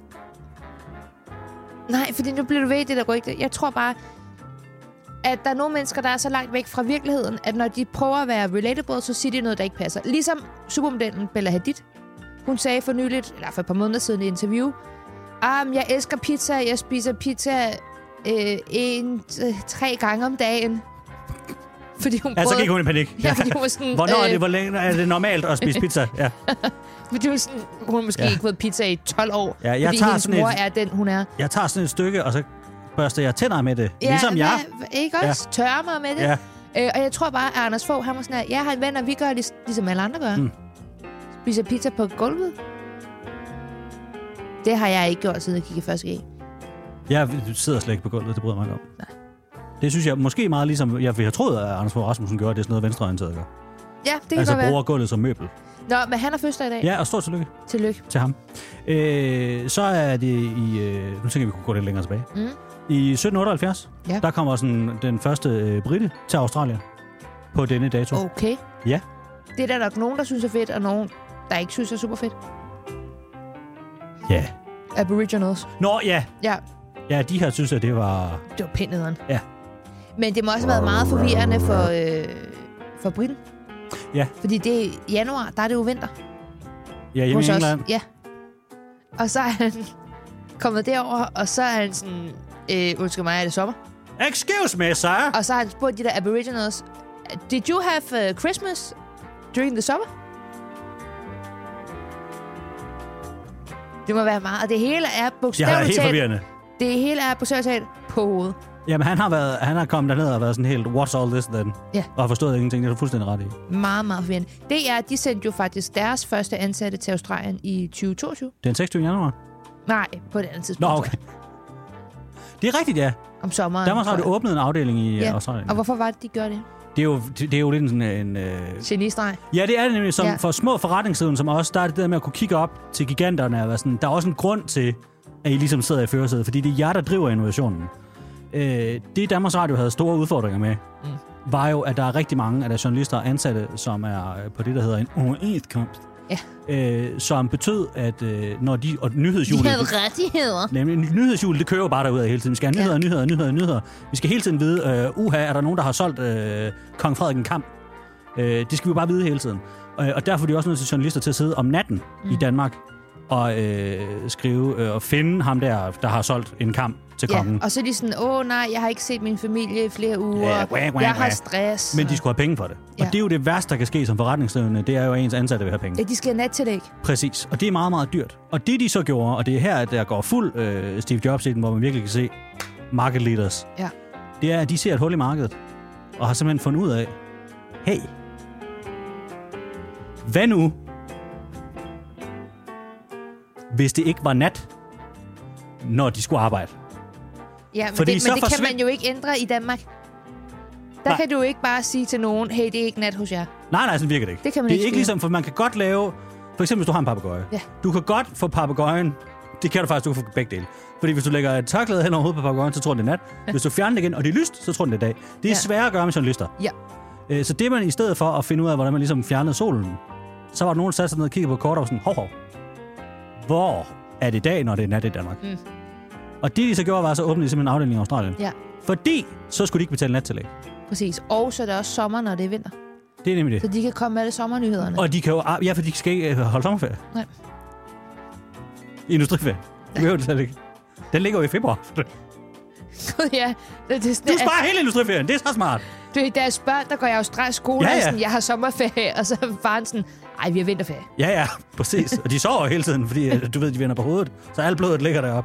Nej, fordi nu bliver du ved i det der rygte. Jeg tror bare, at der er nogle mennesker, der er så langt væk fra virkeligheden, at når de prøver at være relatable, så siger de noget, der ikke passer. Ligesom supermodellen Bella Hadid. Hun sagde for nyligt, eller for et par måneder siden i et interview, ah, jeg elsker pizza, jeg spiser pizza øh, en, øh, tre gange om dagen. Fordi hun Ja, så prøvede- gik hun i panik. Ja, fordi hun var sådan... Hvornår er øh, det, hvor længe er det normalt at spise pizza? Ja. Fordi hun, sådan, hun har måske Ja. ikke fået pizza i tolv år, Ja, jeg fordi tager hendes sådan mor et- er den, hun er. Jeg tager sådan et stykke, og så børster jeg tænder med det. Ligesom jeg. Hvad, ikke også? Ja. Tørre mig med det. Ja. Øh, og jeg tror bare, at Anders Fogh, han var sådan her, jeg har en ven, og vi gør lig- ligesom alle andre gør. Mm. Spiser pizza på gulvet. Det har jeg ikke gjort, siden jeg kiggede første G. Jeg sidder slet ikke på gulvet, det bryder jeg mig ikke om. Nej. Det synes jeg måske meget ligesom, jeg, jeg troede, at Anders Fogh Rasmussen gjorde, det er sådan noget venstreorienteret gør. Ja, det kan Altså godt være. bruger gulvet som møbel. Nå, men han har fødselsdag i dag. Ja, og stort tillykke Tillykke. til ham. Øh, så er det i... Øh, nu tænker jeg, vi kunne gå lidt længere tilbage. Mm. I sytten otteoghalvfjerds, Ja. der kommer sådan den første øh, brite til Australien på denne dato. Okay. Ja. Det er der nok nogen, der synes er fedt, og nogen, der ikke synes er super fedt. Ja. Aboriginals. Nå, ja. Ja, Ja, de her synes, at det var... det var pænt nederen. Ja. Men det må også have været meget forvirrende for, øh, for Briten. Ja. Fordi det er i januar, der er det jo vinter. Ja, hjemme hos i os. England. Ja. Og så er han kommet derover, og så er han sådan, øh, undskyld mig, er det sommer? Excuse me, sir. Og så har han spurgt de der aboriginals, did you have uh, Christmas during the summer? Det må være meget, og det hele er Det har bogstaveligt helt talt, forvirrende. det hele er bogstaveligt talt på hovedet. Jamen, han har, været, han har kommet derned og været sådan helt, what's all this then? Ja. Og har forstået ingenting, det er du fuldstændig ret i. Meget, meget forvirrende. Det er, de sendte jo faktisk deres første ansatte til Australien i tyve toogtyve. Den seksogtyvende januar? Nej, på et andet tidspunkt. Nå, okay. Det er rigtigt, ja. Om sommeren. Danmark har tror det jeg. åbnet en afdeling i Ja. ja. Australien. Og hvorfor var det, de gjorde det? Det er jo, det, det er jo lidt sådan en... Øh... Genistreg. Ja, det er det nemlig. Som Ja. ja. For små forretningssiden som os, der er det der med at kunne kigge op til giganterne. Og være sådan, der er også en grund til, at I ligesom sidder i førersædet, fordi det er jer, der driver innovationen. Øh, det Danmarks Radio havde store udfordringer med, mm. var jo, at der er rigtig mange af deres journalister og ansatte, som er øh, på det, der hedder en overenskomst. Ja. Øh, som betød, at øh, når de... Og De nyhedshjulet... havde rettigheder. Nemlig, nyhedshjulet, det kører jo bare derud af hele tiden. Vi skal have nyheder, Ja. nyheder, nyheder, nyheder. Vi skal hele tiden vide, øh, uha, er der nogen, der har solgt øh, Kong Frederik en kamp? Øh, det skal vi jo bare vide hele tiden. Og, og derfor er de også nødt til journalister til at sidde om natten mm. i Danmark og øh, skrive øh, og finde ham der, der har solgt en kamp til Ja, kongen. og så er de sådan, åh nej, jeg har ikke set min familie i flere uger. Ja, wah, wah, jeg har wah. stress. Men de skulle have penge for det. Ja. Og det er jo det værste, der kan ske som forretningsdrivende. Det er jo, at ens ansatte vil have penge. Ja, de skal have nattillæg. Præcis. Og det er meget, meget dyrt. Og det, de så gjorde, og det er her, at der går fuld øh, Steve Jobs i den, hvor man virkelig kan se market leaders, Ja. det er, at de ser et hul i markedet, og har simpelthen fundet ud af, hey, hvad nu, hvis det ikke var nat, når de skulle arbejde? Ja, men Fordi det, så men det kan forsvind- man jo ikke ændre i Danmark. Der Nej. kan du jo ikke bare sige til nogen, hey, det er ikke nat hos jer. Nej, nej, sådan virker det ikke. Det kan man det er ikke ikke styre. ligesom, for man kan godt lave, for eksempel hvis du har en papegøje. Ja. Du kan godt få papegøjen, det kan du faktisk, du kan få begge dele. Fordi hvis du lægger et tørklæde hen over hovedet på papegøjen, så tror den det er nat. Ja. Hvis du fjerner det igen, og det er lyst, så tror den det er dag. Det er Ja. svært at gøre med journalister. Ja. Øh, Så det man i stedet for at finde ud af, hvordan man ligesom fjernede solen, så var der nogen, der satte sig ned og kiggede på kort og var sådan, hov, hov, hvor er det dag, når det er nat i Danmark? Mm. Og det, de så gjorde, var så åbne de simpelthen en afdeling i Australien. Ja, Fordi så skulle de ikke betale nattillæg. præcis. Og så er det også sommer, når det er vinter. Det er nemlig det. Så de kan komme med alle sommernyhederne. Og de kan jo... Ja, for de skal ikke holde sommerferie. Nej. Industriferie. Det behøver det slet ikke. Den ligger jo i februar. Gud, ja. Det, det, Du sparer hele industriferien. Det er så smart. Du er deres børn, der går i australsk skole, Ja, ja. og sådan, jeg har sommerferie, og så er faren sådan, ej, vi har vinterferie. Ja, ja. Præcis. Og de sover hele tiden, fordi du ved, de vender på hovedet. Så alt blodet ligger deroppe.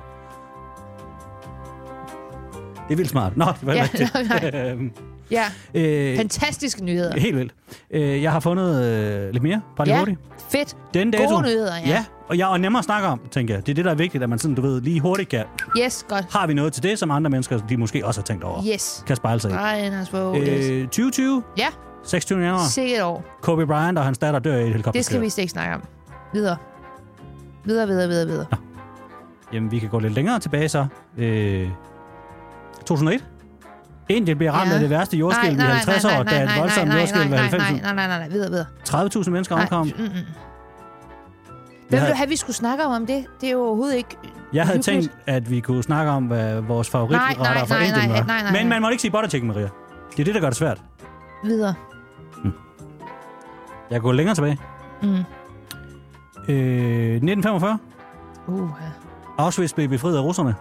Det er vildt smart. Nå, det var Ja, rigtigt. nej, nej. Øhm, Ja, øh, fantastiske nyheder. Helt vildt. Øh, jeg har fundet øh, lidt mere. Bare lige Ja, hurtigt. fedt. Den dato. Gode nyheder, ja. Ja, og jeg er nemmere at snakke om, tænker jeg. Det er det, der er vigtigt, at man sådan, du ved, lige hurtigt kan... Yes, godt. Har vi noget til det, som andre mennesker, de måske også har tænkt over? Yes. Kan spejle sig i. Brian har svog, yes. Øh, tyve tyve, Ja, seksogtyvende januar. sikkert år. Kobe Bryant og hans datter dør i et helikopter. Det skal vi slet ikke snakke om. Videre. Videre, videre, videre, videre. Jamen, vi kan gå lidt længere tilbage så. Øh, to tusind og et. Indien bliver ramt Ja. af det værste jordskælv i halvtreds år, da et voldsomt jordskælv var nej, halvfems. nej, nej, nej, nej, nej, videre, videre. tredive tusind mennesker Nej, omkom. mm, mm. Jeg Hvem havde- vil du have, vi skulle snakke om, om det? Det er jo overhovedet ikke Jeg havde hyggeligt. tænkt, at vi kunne snakke om, hvad vores Nej, favoritretter nej, fra nej, Indien nej, var. nej, nej, Men nej. man må ikke sige butter chicken, Maria. Det er det, der gør det svært. Videre. Jeg går længere tilbage. Mm. Øh, nitten femogfyrre. Uh, ja. Auschwitz blev befriet af russerne.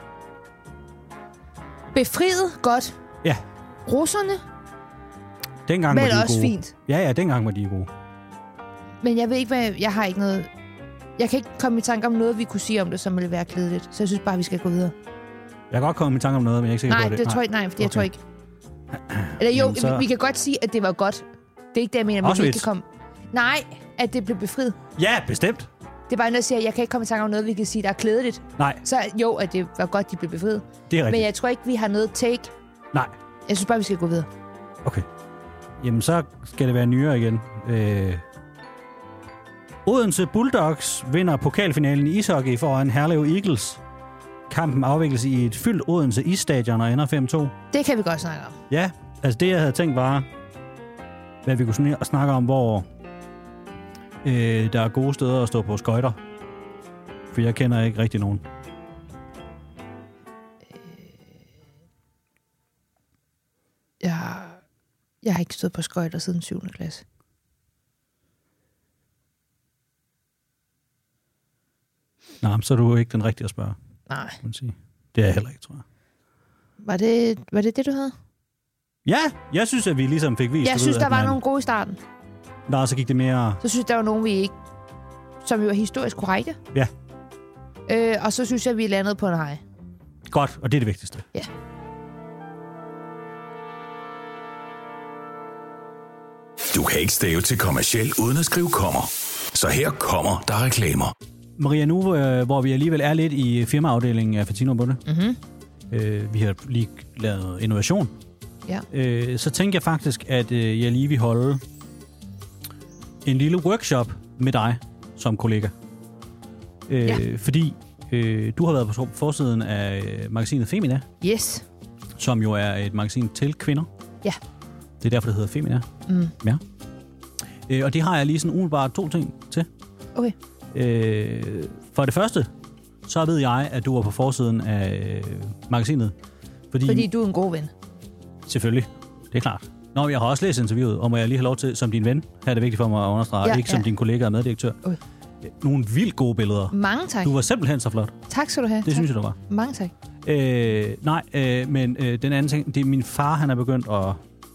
Befriet godt. Ja, Russerne, dengang men var de også gode. fint. Ja, ja, dengang var de gode. Men jeg ved ikke, hvad... Jeg har ikke noget... Jeg kan ikke komme i tanke om noget, vi kunne sige om det, som ville være kedeligt. Så jeg synes bare, vi skal gå videre. Jeg kan godt komme i tanke om noget, men jeg er ikke sikker Nej, på det, det. det tror jeg nej, fordi okay. jeg tror Okay. ikke... Eller jo, Jamen, så- vi, vi kan godt sige, at det var godt. Det er ikke det, jeg mener, men vi Auschwitz. kan komme... Nej, at det blev befriet. Ja, bestemt. Det er bare noget, jeg siger, jeg kan ikke komme i tanke om noget, vi kan sige, der er kedeligt. Nej, Så jo, at det var godt, de blev befriet. det er rigtigt. Men jeg tror ikke, vi har noget take. Nej, Jeg synes bare, vi skal gå videre. okay. Jamen, så skal det være nyere igen. Øh... Odense Bulldogs vinder pokalfinalen i ishockey foran Herlev Eagles. Kampen afvikles i et fyldt Odense isstadion og ender fem to. Det kan vi godt snakke om. Ja, altså det, jeg havde tænkt var, hvad vi kunne sn- snakke om, hvor øh, der er gode steder at stå på skøjter. For jeg kender ikke rigtig nogen. Jeg, jeg har ikke stået på skøjter siden syvende klasse. Nej, så er du ikke den rigtige at spørge, Nej. kan man sige. Det er jeg heller ikke, tror jeg. Var det var det, det du havde? Ja, jeg synes, at vi ligesom fik vist... Jeg du synes, ved, der at var man- nogle gode i starten. Nå, så gik det mere... Så synes jeg, der var nogle, vi ikke... Som jo er historisk korrekte. Ja. Øh, og så synes jeg, vi landede på en hej. Godt, og det er det vigtigste. Ja. Du kan ikke stave til kommerciel uden at skrive komma. Så her kommer der reklamer. Maria, nu øh, hvor vi alligevel er lidt i firmaafdelingen af Fatino Bunde, Mhm. øh, vi har lige lavet innovation, Ja. øh, så tænker jeg faktisk, at øh, jeg lige vil holde en lille workshop med dig som kollega. Øh, Ja. Fordi øh, du har været på forsiden af øh, magasinet Femina, Yes. som jo er et magasin til kvinder. Ja. Det er derfor, det hedder Femina. Mm. Ja. Øh, og det har jeg lige sådan umiddelbart to ting til. Okay. Øh, for det første, så ved jeg, at du var på forsiden af øh, magasinet. Fordi, Fordi du er en god ven. Selvfølgelig, det er klart. Nå, jeg har også læst interviewet, og må jeg lige have lov til, som din ven, her er det vigtigt for mig at understrege, Ja, ikke som ja. din kollega og meddirektør. Okay. Nogle vildt gode billeder. Mange tak. Du var simpelthen så flot. Tak skal du have. Det tak. synes jeg, du var. Mange tak. Øh, nej, øh, men øh, den anden ting, det er min far, han er begyndt at,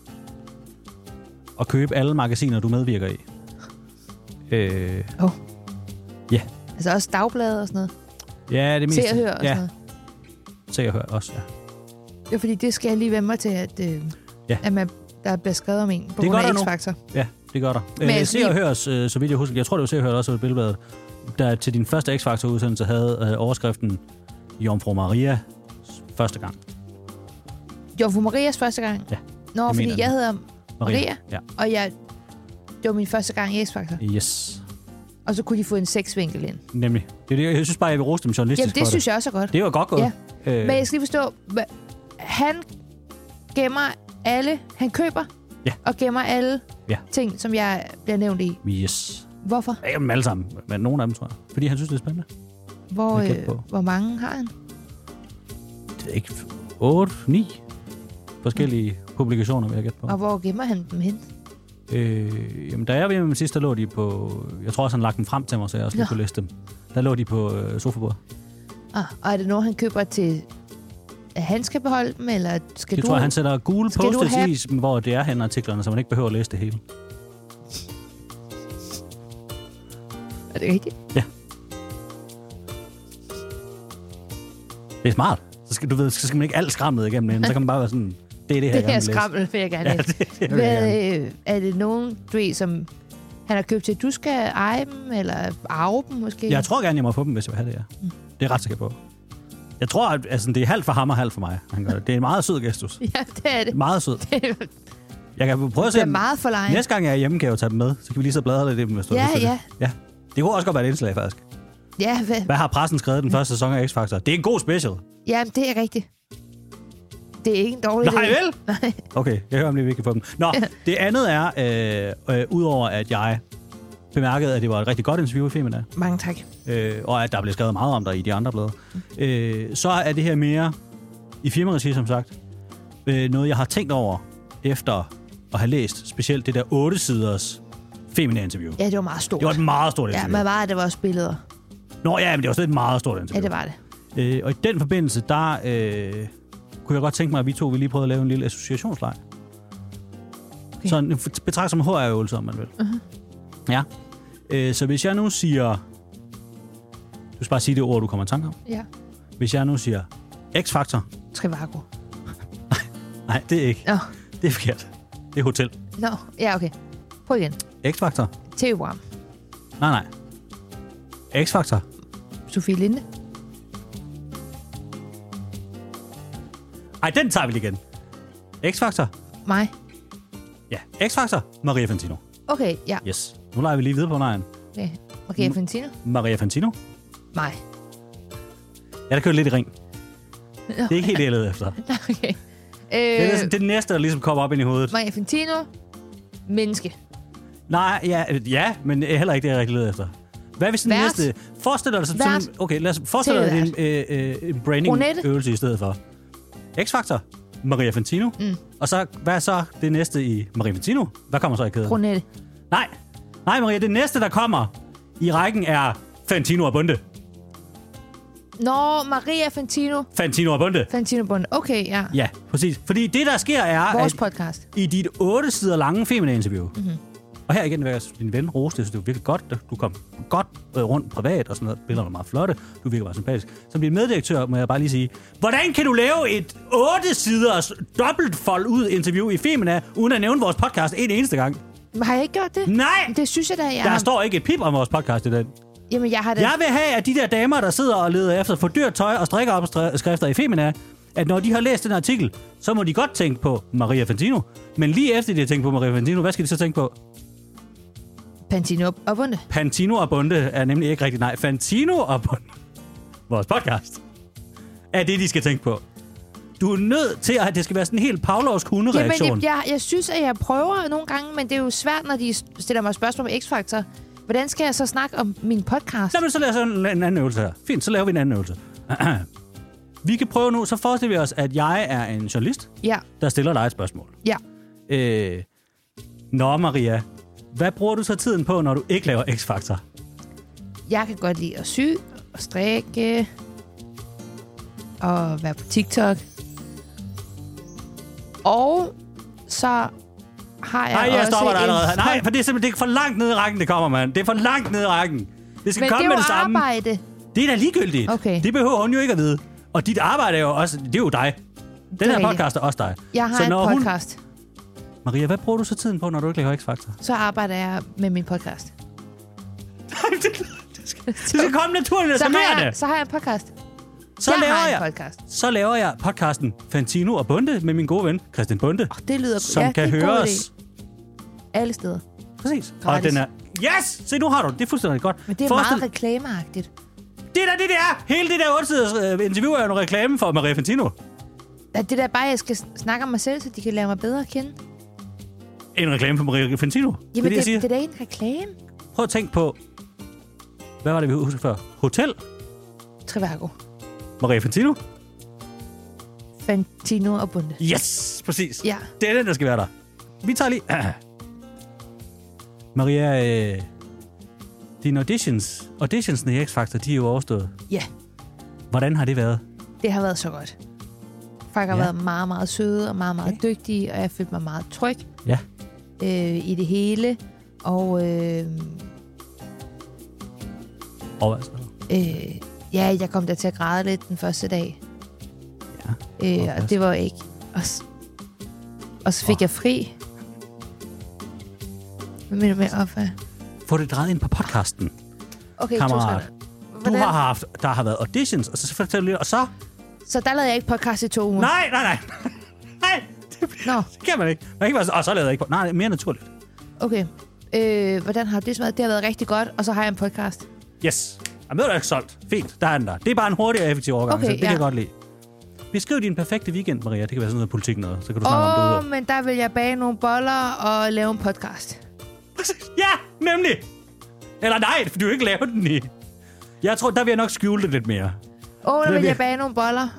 at købe alle magasiner, du medvirker i. Øh, Oh. Ja. Altså også dagblade og sådan noget. ja, det meste. Se og hør og ja, sådan noget. se og hør også, ja. Ja, fordi det skal jeg lige vende mig til, at, øh, Ja. at man, der bliver skrevet om en på Det grund gør af der nu. X-Factor. Ja, det gør der. Men Øh, jeg se skal og lige- høres, øh, så vidt jeg husker, jeg tror, det var Se og Hør, der også var et billede, der til din første X-Factor-udsendelse havde øh, overskriften Jomfru Maria første gang. Jomfru Marias første gang? Ja, Nå, det fordi mener jeg jeg. hedder Maria, Ja, og jeg, det var min første gang i X-Factor. yes. Og så kunne de få en sexvinkel ind. Nemlig. Det er det, jeg synes bare, jeg vil rose dem journalistisk Jamen, det for synes jeg også er godt. Det var godt gået. Ja. Øh, Men jeg skal lige forstå, hvad, han gemmer alle, han køber Ja. og gemmer alle Ja. ting, som jeg bliver nævnt i. Yes. Hvorfor? Ikke dem alle sammen, men nogle af dem, tror jeg. Fordi han synes, det er spændende. Hvor, Jeg gætter øh, på. hvor mange har han? Det er ikke otte, ni forskellige publikationer, vil jeg gætte på. Og hvor gemmer han dem hen? Øh, jamen, da jeg var hjemme med sidst, der lå de på... Jeg tror også, han lagde dem frem til mig, så jeg også lige Nå. kunne læse dem. Der lå de på øh, sofabordet. Ah, og er det noget, han køber til... At han skal beholde dem, eller skal Det du... tror jeg, han sætter gule Skal du post-its have- i, hvor det er hen artiklerne, så man ikke behøver at læse det hele. Er det rigtigt? Det er smart. Så skal, du ved, så skal man ikke alt skramlet igennem det, så kan man bare være sådan... Det er det her, Det jeg her gerne vil læse. skrammel vil jeg gerne Ja, læse. det, det vil jeg gerne. Hvad, øh, er det nogen, du ved, som han har købt til, at du skal eje dem, eller arve dem måske? Jeg tror gerne, jeg må få dem, hvis jeg vil have det, ja. Mm. Det er ret sikker på. Jeg tror, at altså, det er halvt for ham og halvt for mig. Han gør det. det er en meget sød gestus. Ja, det er det. Meget sød. Det Jeg kan prøve at se, er om meget for lejen. næste gang jeg er hjemme, kan jeg jo tage dem med. Så kan vi lige så bladre lidt i dem, hvis du Ja, har lyst til ja. det. Ja. Det kunne også godt være et indslag, faktisk. Ja, hvad? Hvad har pressen skrevet den første sæson af X-Factor? Det er en god special. Ja, det er rigtigt. Det er ikke en dårlig Nej, idé. vel? Nej. Okay, jeg hører om lige, vi kan få dem. Nå, det andet er, øh, øh, udover at jeg bemærkede, at det var et rigtig godt interview i Femina, Mange tak. øh, og at der blev skrevet meget om dig i de andre blade, øh, så er det her mere i firmaregi, som sagt, øh, noget, jeg har tænkt over efter at have læst specielt det der otte siders Femina-interview. Ja, det var meget stort. Det var et meget stort Ja, interview. men var det var også billeder. Nå ja, men det var stadig et meget stort Ja, interview. det var det. Øh, og i den forbindelse, der øh, kunne jeg godt tænke mig, at vi to vi lige prøvede at lave en lille associationsleg. Okay. Sådan en betragt som H R-øvelse, om man vil. Uh-huh. Ja. Øh, så hvis jeg nu siger... Du skal bare sige det ord, du kommer i tanke om. Ja. Hvis jeg nu siger X-Factor. Trivago. Nej, det er ikke. Nå. Det er forkert. Det er hotel. Nå, ja, okay. Prøv igen. X-Factor. T V-program. Nej, nej. X-Factor. Sofie Linde. Ej, den tager vi lige igen. X-Factor. Mig. Ja, X-Factor. Maria Fantino. Okay, ja. Yes. Nu leger vi lige videre på nejen. Okay. Okay, Fantino. Maria Fantino. Mig. Ja, der kører lidt i ring. Det er ikke helt det, jeg leder efter. Okay. Det er, Øh, næsten, det er det næste, der ligesom kommer op ind i hovedet. Maria Fantino. Menneske. Nej, ja, ja, men heller ikke det, jeg rigtig leder efter. Hvad hvis den Vært. næste... Forestil dig det som... Vært. som okay, lad os forestille dig en, øh, øh, en branding-øvelse i stedet for. X-Factor. Maria Fantino. Mm. Og så, hvad er så det næste i Maria Fantino? Hvad kommer så i kæden? Brunette. Nej, nej Maria, det næste, der kommer i rækken er Fantino og Bunde. Nå, Maria Fantino. Fantino og Bunde. Fantino Bunde. Okay, ja. Ja, præcis. Fordi det, der sker, er, Vores at podcast. i dit otte sider lange Femina-interview, Mm-hmm. og her igen vil jeg din ven rose det, så det var virkelig godt. Du kom godt øh, rundt privat og sådan noget. Billederne var meget flotte. Du virker meget sympatisk. Som din meddirektør må jeg bare lige sige, hvordan kan du lave et otte siders dobbeltfold ud interview i Femina, uden at nævne vores podcast en eneste gang? Har jeg ikke gjort det? Nej! Det synes jeg da, jeg Der har... står ikke et pip om vores podcast i den. Jamen, jeg har da... Jeg vil have, at de der damer, der sidder og leder efter for dyrt tøj og strikkeopskrifter i Femina, at når de har læst den artikel, så må de godt tænke på Maria Fantino. Men lige efter de har tænkt på Maria Fantino, hvad skal de så tænke på? Pantino og Bunde. Pantino og Bunde er nemlig ikke rigtigt. Nej, Fantino og Bunde. Vores podcast. Er det, de skal tænke på. Du er nødt til, at det skal være sådan en helt Pavlovsk hundereaktion. Jamen, jeg, jeg, jeg synes, at jeg prøver nogle gange, men det er jo svært, når de stiller mig spørgsmål om X-Factor. Hvordan skal jeg så snakke om min podcast? Nå, men så laver vi en, en anden øvelse her. Fint, så laver vi en anden øvelse. Vi kan prøve nu, så forestiller vi os, at jeg er en journalist, Ja, der stiller dig et spørgsmål. ja. Øh, Nå, Maria, hvad bruger du så tiden på, når du ikke laver X-Factor? Jeg kan godt lide at sy og strikke og være på TikTok. Og så har jeg Nej, jeg også stopper dig en- allerede. Nej, for det er simpelthen det er for langt ned i rækken, det kommer, mand. Det er for langt ned i rækken. Det skal Men komme det er med jo det samme. arbejde. Det er da ligegyldigt. Okay. Det behøver hun jo ikke at vide. Og dit arbejde er jo også, det er jo dig. Den er her rigtigt. podcast er også dig. Jeg har Så en når hun- podcast. Maria, hvad bruger du så tiden på, når du ikke laver X-Factor? Så arbejder jeg med min podcast. det, det, skal, det skal komme naturligt, Så så har, mere jeg, det. så har jeg en podcast. Så jeg laver har en jeg, podcast. så laver jeg podcasten Fantino og Bunde med min gode ven, Christian Bunde, Oh, det lyder som ja, kan det er en god høres. idé. Alle steder. Præcis. Gratis. Og den er... Yes! Se, nu har du det. Det er fuldstændig godt. Men det er Forestil- meget reklameagtigt. Det er da det, det er. Hele det der otte-siders øh, interview er jo en reklame for Maria Fantino. Er det der bare, jeg skal snakke om mig selv, så de kan lære mig bedre at kende? En reklame for Maria Fantino. Jamen, det, er det, jeg det, siger. det er da ikke en reklame. Prøv at tænke på... Hvad var det, vi huskede før? Hotel. Trivago. Maria Fantino. Fantino og Bunde. Yes! Præcis. Ja. Det er den, der skal være der. Vi tager lige... Maria, øh, dine auditions, auditionsene i X-Factor, de er jo overstået. Ja. Hvordan har det været? Det har været så godt. Folk har Ja. været meget, meget søde og meget, meget Okay. dygtige, og jeg følte mig meget tryg Ja. øh, i det hele. Og øh, Og hvad så? øh, ja, jeg kom der til at græde lidt den første dag. Ja. Øh, og det var ikke... Og, s- og så fik Åh. jeg fri. Hvad mener du med opfærd? Få det drejet ind på podcasten. Okay, Kammerat. to sekunder. Du Hvordan? har haft, der har været auditions, og så fortæller du lidt, og så... Så der lavede jeg ikke podcast i to uger? Nej, nej, nej. Nej, det, Nå, det kan man ikke. Man kan ikke være så, og så lavede jeg ikke på. Nej, mere naturligt. okay. Øh, hvordan har det været? Det har været rigtig godt, og så har jeg en podcast. Yes. Jamen, det er ikke solgt. Fint, der er den der. Det er bare en hurtig og effektiv overgang, Okay, så det ja. kan jeg godt lide. Beskriv din perfekte weekend, Maria. Det kan være sådan noget politik noget. Så kan du snakke om det Åh, ude. oh, men der vil jeg bage nogle boller og lave en podcast. Ja, nemlig. Eller nej, for du vil ikke lave den i. Jeg tror, der vil jeg nok skjule det lidt mere. Åh, oh, der Det vil vil- jeg bage nogle boller.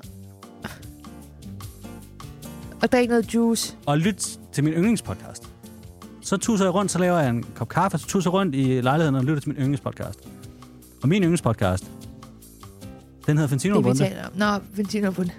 Og drikke noget juice. Og lyt til min yndlingspodcast. Så tusser jeg rundt, så laver jeg en kop kaffe, så tusser jeg rundt i lejligheden og lytter til min yndlingspodcast. Og min yndlingspodcast, den hedder Fantino Det vi Bunde. taler om. Nå, Fantino Bunde.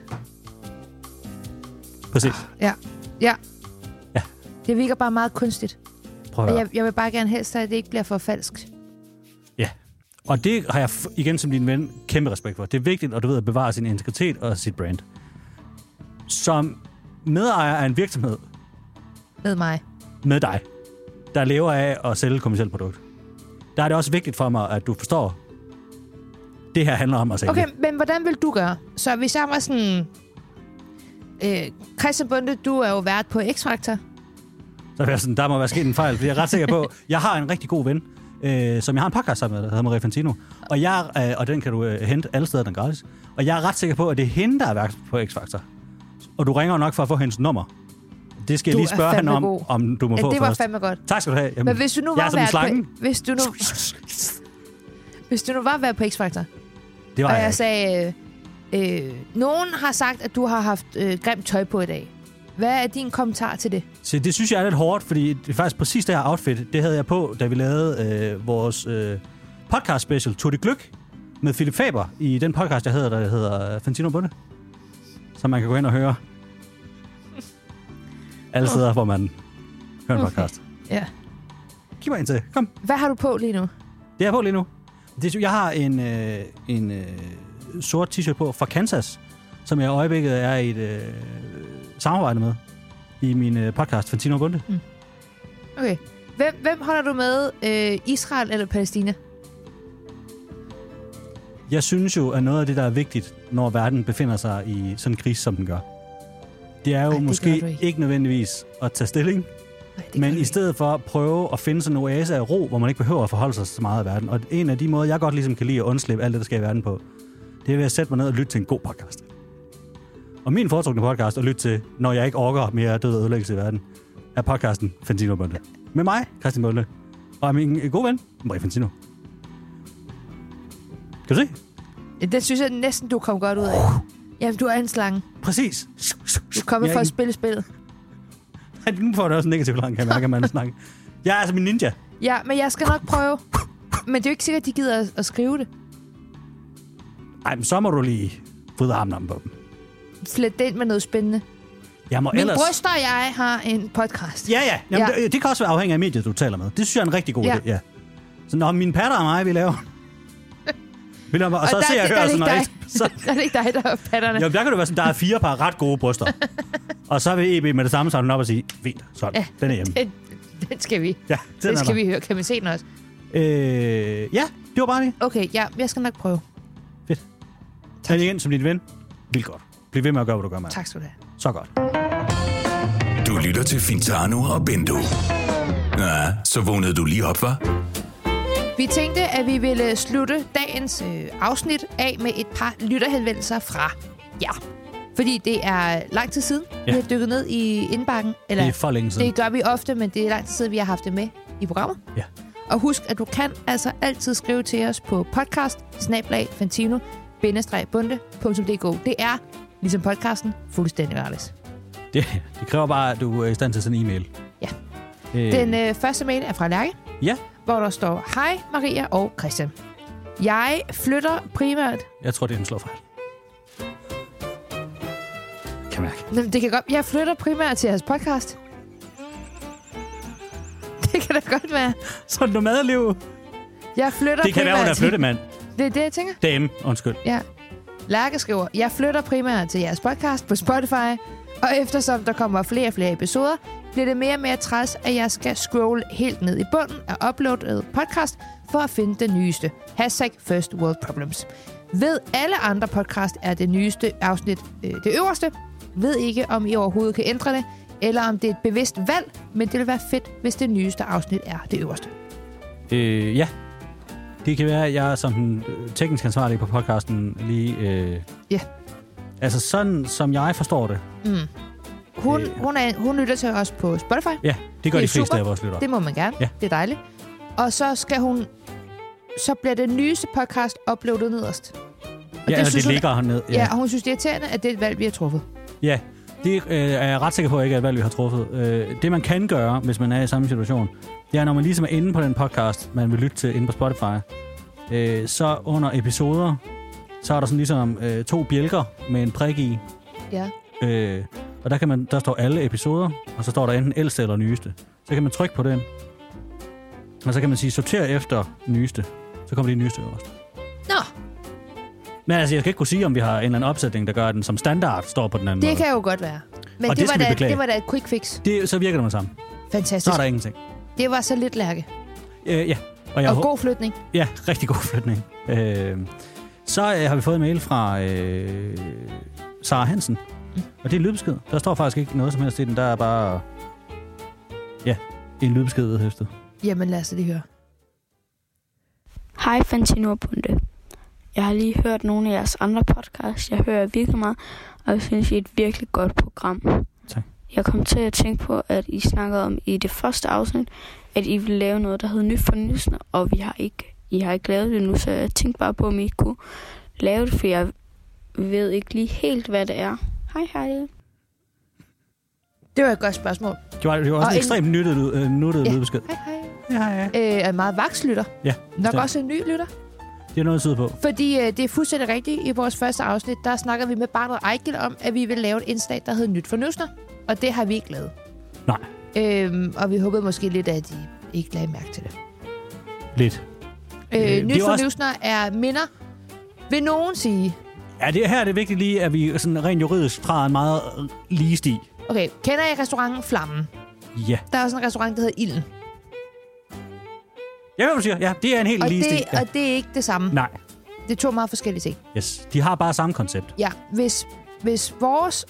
Præcis. Ja. Ja. Ja. Det virker bare meget kunstigt. Prøv at Og høre. jeg, jeg vil bare gerne helst, at det ikke bliver for falsk. Ja. Og det har jeg f- igen som din ven kæmpe respekt for. Det er vigtigt, at du ved at bevare sin integritet og sit brand. Som medejer af en virksomhed Med mig. med dig, der lever af at sælge et kommercielt produkt, der er det også vigtigt for mig, at du forstår, det her handler om at sælge. Okay, men hvordan vil du gøre? Så hvis jeg var sådan... Øh, Christian Bunde, du er jo vært på X-Factor. Så er jeg sådan, der må være sket en fejl, fordi jeg er ret sikker på, jeg har en rigtig god ven, øh, som jeg har en podcast sammen med, der hedder Maria Fantino. Og, jeg, øh, og den kan du øh, hente alle steder, den er gratis. Og jeg er ret sikker på, at det er hende, der er vært på X-Factor. Og du ringer jo nok for at få hendes nummer. Det skal jeg Du lige er spørge hende fandme om, god. om du må Ja, få det var først. fandme godt. Tak skal du have. Jamen, Men hvis du nu jeg er var som en vært slange. på... Hvis du nu, hvis du nu var vært på X-Factor, Det var og jeg jeg ikke. sagde... Øh, øh, nogen har sagt, at du har haft øh, grimt tøj på i dag. Hvad er din kommentar til det? Så det synes jeg er lidt hårdt, fordi det er faktisk præcis det her outfit, det havde jeg på, da vi lavede øh, vores øh, podcast special, Tour de Glück, med Philip Faber, i den podcast, jeg hedder, der hedder Fantino Bunde. Som man kan gå ind og høre. Alle steder, hvor man hører en Okay. podcast. Ja. Giv mig ind til. Kom. Hvad har du på lige nu? Det er jeg på lige nu. Det, jeg har en, øh, en øh, sort t-shirt på fra Kansas, som jeg i øjeblikket er i et øh, samarbejde med i min øh, podcast, Fantino Bunde. Okay. Hvem, hvem holder du med? Øh, Israel eller Palæstina? Jeg synes jo, at noget af det, der er vigtigt, når verden befinder sig i sådan en krise, som den gør, det er jo Ej, det gør måske du ikke. ikke. ikke nødvendigvis at tage stilling, Nej, det men gør i du stedet for at prøve at finde sådan en oase af ro, hvor man ikke behøver at forholde sig så meget af verden. Og en af de måder, jeg godt ligesom kan lide at undslippe alt det, der sker i verden på, det er ved at sætte mig ned og lytte til en god podcast. Og min foretrukne podcast at lytte til, når jeg ikke orker mere død og ødelæggelse i verden, er podcasten Fantino Bunde. Med mig, Christian Bunde, og min gode ven, Maria Fantino. Kan du se? ikke. Den synes jeg næsten, du kom godt ud af. Jamen, du er en slange. Præcis. Du er kommet Jeg for er at en- spille spillet. Nej, nu får det også en negativ lang, kan jeg mærke, at man snakker. Jeg er altså min ninja. Ja, men jeg skal nok prøve. Men det er jo ikke sikkert, at de gider at, at skrive det. Ej, men så må du lige fodre armen om på dem. Flet det ind med noget spændende. Jeg må Min ellers... bryster og jeg har en podcast. Ja, ja. Jamen, Ja. Det, det kan også være afhængig af mediet, du taler med. Det synes jeg er en rigtig god Ja. idé. Ja. Så når mine patter og mig, vi laver... vi laver og så der- ser jeg der- hører der er sådan ikke noget. Så, Er det ikke dig, der har patterne? jo, der kan det være sådan, der er fire par ret gode bryster. Og så vil E B med det samme samle den op og sige, fint, sådan, Ja. den er hjemme. Den, den skal vi. Ja, den, Den er skal der. vi høre. Kan vi se den også? Øh, ja, det var bare det. Okay, ja, jeg skal nok prøve. Fedt. Tak. Men igen, som din ven, vildt godt. Bliv ved med at gøre, hvad du gør, mand. Tak skal du have. Så godt. Du lytter til Fintano og Bendo. Ja, så vågnede du lige op, hva'? Vi tænkte, at vi ville slutte dagens øh, afsnit af med et par lytterhenvendelser fra jer. Fordi det er lang tid siden, Ja. vi har dykket ned i indbakken. Eller, Det er for længe siden. det gør vi ofte, men det er lang tid siden, vi har haft det med i programmet. Ja. Og husk, at du kan altså altid skrive til os på podcast snabel-a fantino bindestreg bunde punktum d k. Det er, ligesom podcasten, fuldstændig gratis. Det, det kræver bare, at du er i stand til sådan en e-mail. Ja. Øh, Den øh, første mail er fra Lærke. Ja. Hvor der står, hej Maria og Christian. Jeg flytter primært... Jeg tror, det er en slåfejl. Kan mærke. Nå, det kan godt... Jeg flytter primært til jeres podcast. Det kan da godt være. Så nomadeliv. Jeg flytter Det kan være, hun er til... flyttemand. Det er det, jeg tænker. Dame, undskyld. Ja. Lærke skriver, jeg flytter primært til jeres podcast på Spotify, og eftersom der kommer flere og flere episoder, bliver det mere og mere træls, at jeg skal scrolle helt ned i bunden af uploadet podcast for at finde det nyeste. Hashtag First World Problems. Ved alle andre podcast er det nyeste afsnit øh, det øverste. Ved ikke, om I overhovedet kan ændre det, eller om det er et bevidst valg, men det vil være fedt, hvis det nyeste afsnit er det øverste. Øh, ja. Det kan være, at jeg som den teknisk ansvarlige på podcasten lige... Øh... Ja. Altså sådan, som jeg forstår det. Mm. Hun, Øh. hun, er, hun lytter til os på Spotify. Ja, det gør Det er de fleste super. af vores lyttere. Det må man gerne. Ja. Det er dejligt. Og så skal hun... Så bliver det nyeste podcast uploadet nederst. Og Ja, altså det hun, ligger hernede. ja. ja, og hun synes, det er irriterende, at det er et valg, vi har truffet. Ja, det øh, er jeg ret sikker på, at ikke er et valg, vi har truffet. Øh, det, man kan gøre, hvis man er i samme situation, det er, når man ligesom er inde på den podcast, man vil lytte til inde på Spotify, øh, så under episoder, så er der sådan ligesom øh, to bjælker med en prik i. Ja. Øh, og der, kan man, der står alle episoder, og så står der enten ældste eller nyeste. Så kan man trykke på den, og så kan man sige, sorter efter nyeste. Så kommer de nyeste øverst. Nå, Men altså, jeg skal ikke kunne sige, om vi har en eller anden opsætning, der gør, at den som standard står på den anden det måde. kan jo godt være. Men Og det, det var skal vi da, beklage. det var da et quick fix. Det, så virker det med sammen. Fantastisk. Så er der ingenting. Det var så lidt, Lærke. Øh, ja. Og, jeg Og hå- god flytning. Ja, rigtig god flytning. Øh, så øh, har vi fået en mail fra øh, Sara Hansen. Mm. Og det er en lydbesked. Der står faktisk ikke noget som helst i den. Der er bare... Ja, en lydbesked vedhæftet. Jamen, lad os lige høre. Hej Fantino og Bunde. Jeg har lige hørt nogle af jeres andre podcasts. Jeg hører virkelig meget, og jeg synes, I er et virkelig godt program. Tak. Jeg kom til at tænke på, at I snakkede om i det første afsnit, at I ville lave noget, der hed Nyt for Nysene, og vi har ikke, I har ikke lavet det nu, så jeg tænkte bare på, om I ikke kunne lave det, for jeg ved ikke lige helt, hvad det er. Hej hej. Det var et godt spørgsmål. Det var, det var også Og en en- ekstremt nyttet, øh, nuttet Ja. lydbesked. Hej, hej. Ja, ja. Øh, er meget vakslytter. Ja, Nok bestemt. også en ny lytter. Det er noget at tyde på. Fordi øh, det er fuldstændig rigtigt. I vores første afsnit, der snakker vi med Barnet Ejgil om, at vi vil lave et indslag, der hedder Nyt for Nysner. Og det har vi ikke lavet. Nej, Øhm, og vi håbede måske lidt, at I ikke lagde mærke til det. lidt. Øh, Øh, det Nyt er for også- Nysner er minder, vil nogen sige. Ja, det her er det vigtigt lige, at vi sådan rent juridisk træder en meget lige sti. Okay, kender I restauranten Flammen? Ja. Der er også en restaurant, der hedder Ilden. Jeg ved, hvad du siger. Ja, det er en helt Og lige sti. det, Ja. og det er ikke det samme. Nej, Det er to meget forskellige ting. yes. De har bare samme koncept. Ja, hvis, hvis vores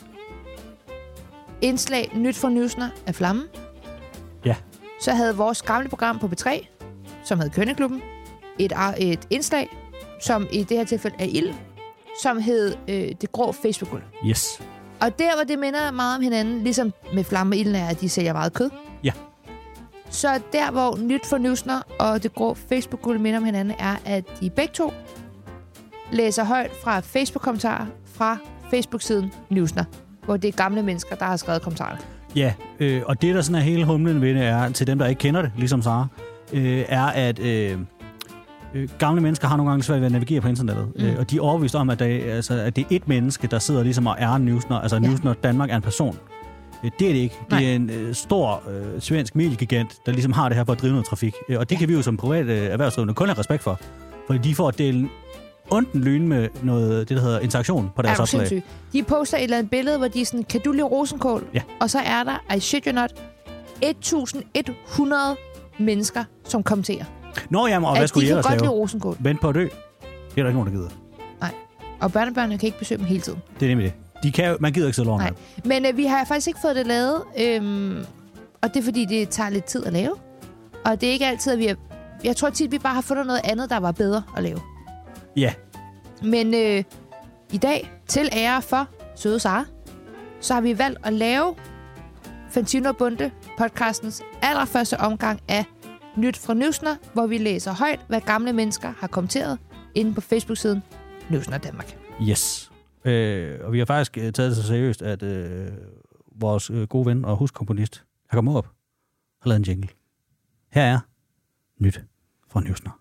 indslag Nyt for Nysner er Flammen, Ja. så havde vores gamle program på B tre, som hed Kønneklubben, et, ar- et indslag, som i det her tilfælde er Ild, som hed øh, Det Grå Facebook-guld. Yes. Og der, hvor det minder meget om hinanden, ligesom med Flamme og Ilden er, at de sælger meget kød. Ja. Så der, hvor Nyt for Nysner og Det Grå Facebook-guld minder om hinanden, er, at de begge to læser højt fra Facebook-kommentarer fra Facebook-siden Nysner, hvor det er gamle mennesker, der har skrevet kommentarer. Ja, øh, og det, der sådan er hele humlen ved det, er, til dem, der ikke kender det, ligesom Sara, øh, er, at øh, øh, gamle mennesker har nogle gange svært ved at navigere på internettet. Mm. Øh, og de er overbevist om, at, der, altså, at det er et menneske, der sidder ligesom og er Nysner. Altså Ja. Nysner Danmark er en person. Øh, det er det ikke. Det Nej. er en øh, stor øh, svensk mediegigant, der ligesom har det her for at drive noget trafik. Øh, og det Ja. kan vi jo som private øh, erhvervsdrivende kun have respekt for. Fordi de får at dele ondt lyn med noget, det der hedder interaktion på Er deres du opslag. sindssyg? De poster et eller andet billede, hvor de er sådan, kan du lide rosenkål? Ja. Og så er der, I shit you not, et tusind et hundrede mennesker, som kommenterer. Nå jamen, og hvad at skulle de I kan ellers godt lide lave? rosenkål. Vent på at dø. Det er der ikke nogen, der gider. Og børnebørnene kan ikke besøge dem hele tiden. Det er nemlig det. De kan jo, man gider ikke sidde loven Nej. Men øh, vi har faktisk ikke fået det lavet, øhm, og det er fordi, det tager lidt tid at lave. Og det er ikke altid, at vi har... Jeg tror tit, vi bare har fundet noget andet, der var bedre at lave. Ja, Men øh, i dag, til ære for søde Sara, så har vi valgt at lave Fantino og Bunde, podcastens allerførste omgang af Nyt fra Nysner, hvor vi læser højt, hvad gamle mennesker har kommenteret inde på Facebook-siden Nysner Danmark. yes. Øh, og vi har faktisk øh, taget det så seriøst, at øh, vores øh, gode ven og huskomponist, Jakob Mårup, har lavet en jingle. Her er nyt fra Newsner.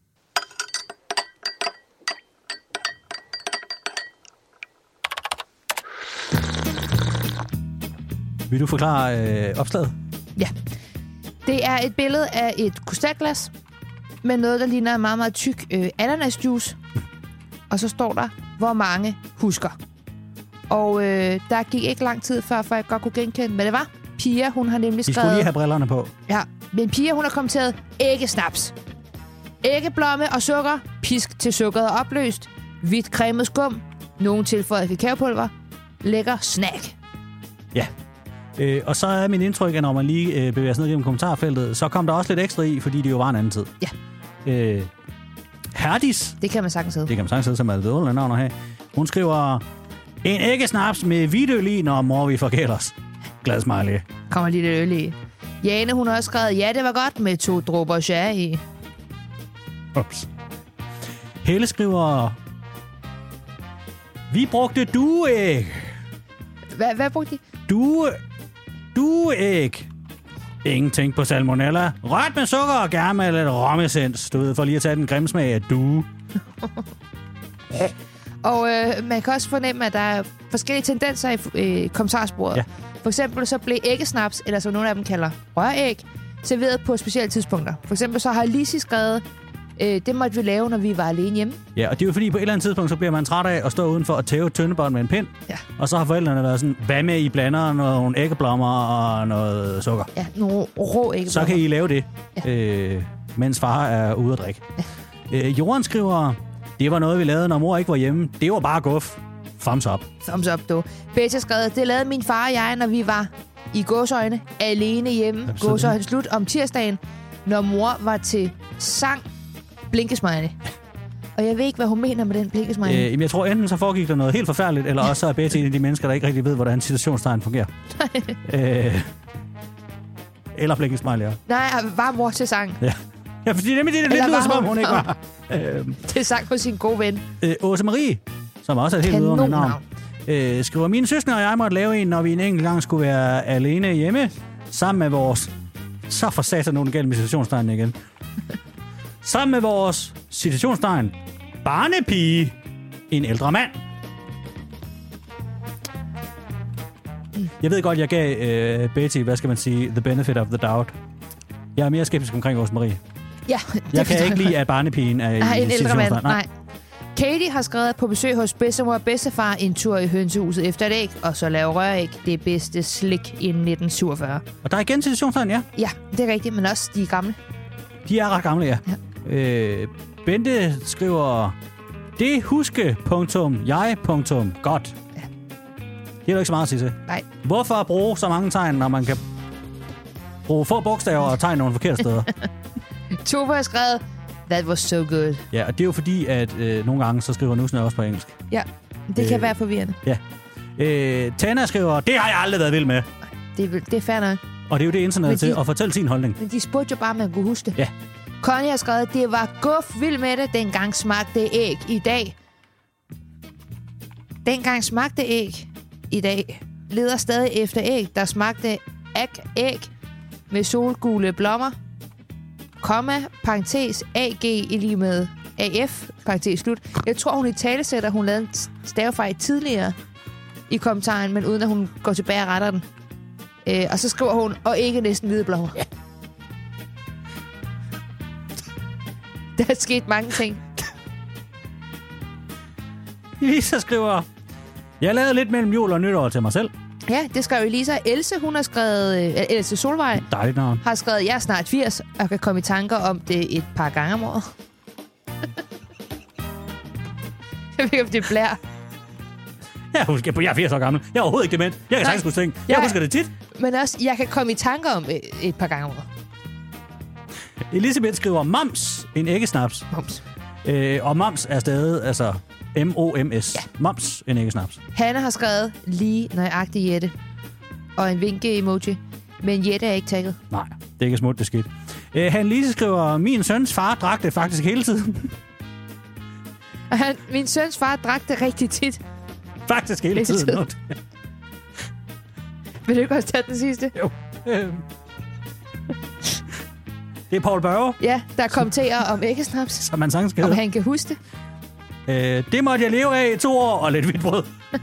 Vil du forklare øh, opslaget? Ja. Det er et billede af et krystalglas med noget, der ligner en meget, meget tyk øh, ananasjuice. Og så står der, hvor mange husker. Og øh, der gik ikke lang tid før, for jeg godt kunne genkende, hvad det var. Pia, hun har nemlig Vi skrevet... skulle lige have brillerne på. Ja, men Pia, hun har kommenteret æggesnaps. Æggeblomme og sukker. Pisk til sukkeret er opløst. Hvidt cremet skum. Nogen tilføjet kakaopulver. Lækker snack. Ja. Øh, og så er min indtryk, at når man lige øh, bevæger sig ned gennem kommentarfeltet, så kom der også lidt ekstra i, fordi det jo var en anden tid. Ja. Øh, Herdis, Det kan man sagtens hedde. det kan man sagtens sidde som alt det navn at have. Hun skriver, en æggesnaps med hvidøl i, når mor vi forkæler os. Glad smiley. Kommer lige lidt øl i. Jane, hun har også skrevet, ja, det var godt med to dråber sherry i. Ups. Helle skriver, vi brugte dueæg. Hvad, hvad brugte de? Due, dueæg. Ingen tænk på salmonella. Rørt med sukker og gerne med lidt romessens. Du ved, for lige at tage den grimme smag af due. Og øh, man kan også fornemme, at der er forskellige tendenser i øh, kommentarsporet. Ja. For eksempel så blev æggesnaps, eller som nogle af dem kalder røræg, serveret på specielle tidspunkter. For eksempel så har Lizzie skrevet, øh, det måtte vi lave, når vi var alene hjemme. Ja, og det er jo fordi, på et eller andet tidspunkt, så bliver man træt af at stå udenfor og tæve tøndebånd med en pind. Ja. Og så har forældrene været sådan, hvad med I blander nogle æggeblommer og noget sukker? Ja, nogle rå æggeblommer. Så kan I lave det, Ja. øh, mens far er ude at drikke. Ja. Øh, Jorden skriver, det var noget, vi lavede, når mor ikke var hjemme. Det var bare guf. Thumbs up. Thumbs up, du. Betty har skrevet, det lavede min far og jeg, når vi var i gåseøjne alene hjemme. betyder Gåseøjne slut om tirsdagen, når mor var til sang blinkesmiley. Og jeg ved ikke, hvad hun mener med den blinkesmiley. Øh, jamen, jeg tror, enten så foregik der noget helt forfærdeligt, eller også så er Betty en af de mennesker, der ikke rigtig ved, hvordan citationstegn fungerer. øh, eller blinkesmiley. Nej, var mor til sang. Ja. Ja, fordi det, det, det Eller lyder, var som om hun- hun ikke var. øh, Til sang hos sin gode ven. øh, Åse Marie, som også er et helt vidunderligt navn, øh, skriver, mine søskende og jeg måtte lave en, når vi en enkelt gang skulle være alene hjemme, sammen med vores... Så for satan nogen galt med citationstegn igen. Sammen med vores citationstegn barnepige, en ældre mand. Jeg ved godt, jeg gav øh, Betty, hvad skal man sige, the benefit of the doubt. Jeg er mere skeptisk omkring Åse Marie. Ja, det Jeg kan forstår ikke jeg. lide, at barnepigen er i Nej, en ældre mand. citationstegn. Nej. Katie har skrevet på besøg hos bedstemor og bedstefar en tur i hønsehuset efter et æg, og så lave røræg. Det bedste slik i nitten syvogfyrre. Og der er igen citationstegn, ja. Ja, det er rigtigt, men også de er gamle. De er ret gamle, ja. Ja. Øh, Bente skriver, det huske, punktum, jeg, punktum, godt. Ja. Det er jo ikke så meget at sige til. Nej. Hvorfor bruge så mange tegn, når man kan bruge få bogstaver og tegne nogle forkerte steder? Tove har skrevet, that was so good. Ja, og det er jo fordi, at øh, nogle gange, så skriver Nusner også på engelsk. Ja, det kan Øh. være forvirrende. Ja. Øh, Tana skriver, det har jeg aldrig været vild med. Det, er- det er fair nok. Og det er jo det, internet er Men til, de- at fortælle sin holdning. Men de spurgte jo bare, om man kunne huske det. Ja. Connie har skrevet, det var guf vild med det, dengang smagte æg i dag. Dengang smagte æg i dag. Leder stadig efter æg, der smagte æg, æg med solgule blommer. Komma, parentes, A G i lige med A F, parentes slut. Jeg tror, hun i talesætter, hun lavede en stavefejl tidligere i kommentaren, men uden at hun går tilbage og retter den. Øh, og så skriver hun, og ikke næsten hvide blommer. Ja. Der er sket mange ting. Lisa skriver, jeg lavede lidt mellem jul og nytår til mig selv. Ja, det skrev Elisa. Else, hun har skrevet... Øh, Else Solvej Dejligt navn. har skrevet, jeg er snart firs, og kan komme i tanker om det et par gange om året. Jeg ved ikke, om det bliver. Jeg husker, jeg er firs år gammel. Jeg er overhovedet ikke dement. Jeg kan Nej. sagtens huske ting. Jeg Ja. husker det tit. Men også, jeg kan komme i tanker om et, et par gange om året. Elisabeth skriver, Mams, en æggesnaps. Mums. Øh, og Mams er stadig, altså M O M S. Ja. Mams, en æggesnaps. Hanne har skrevet lige nøjagtig Jette. Og en vinke-emoji. Men Jette er ikke tagget. Nej, det er ikke smut, det er skidt. Øh, han Lise skriver, min søns far drak det faktisk hele tiden. Og han, min søns far drak det rigtig tit. faktisk hele Hele tiden. tiden. Vil du ikke også tage den sidste? Jo. Øh. Det Det er Paul Børge, Ja, der kommenterer om æggesnaps. som man sagtens Om skal. han kan huske det. Øh, det måtte jeg leve af i to år, og lidt hvidt brød.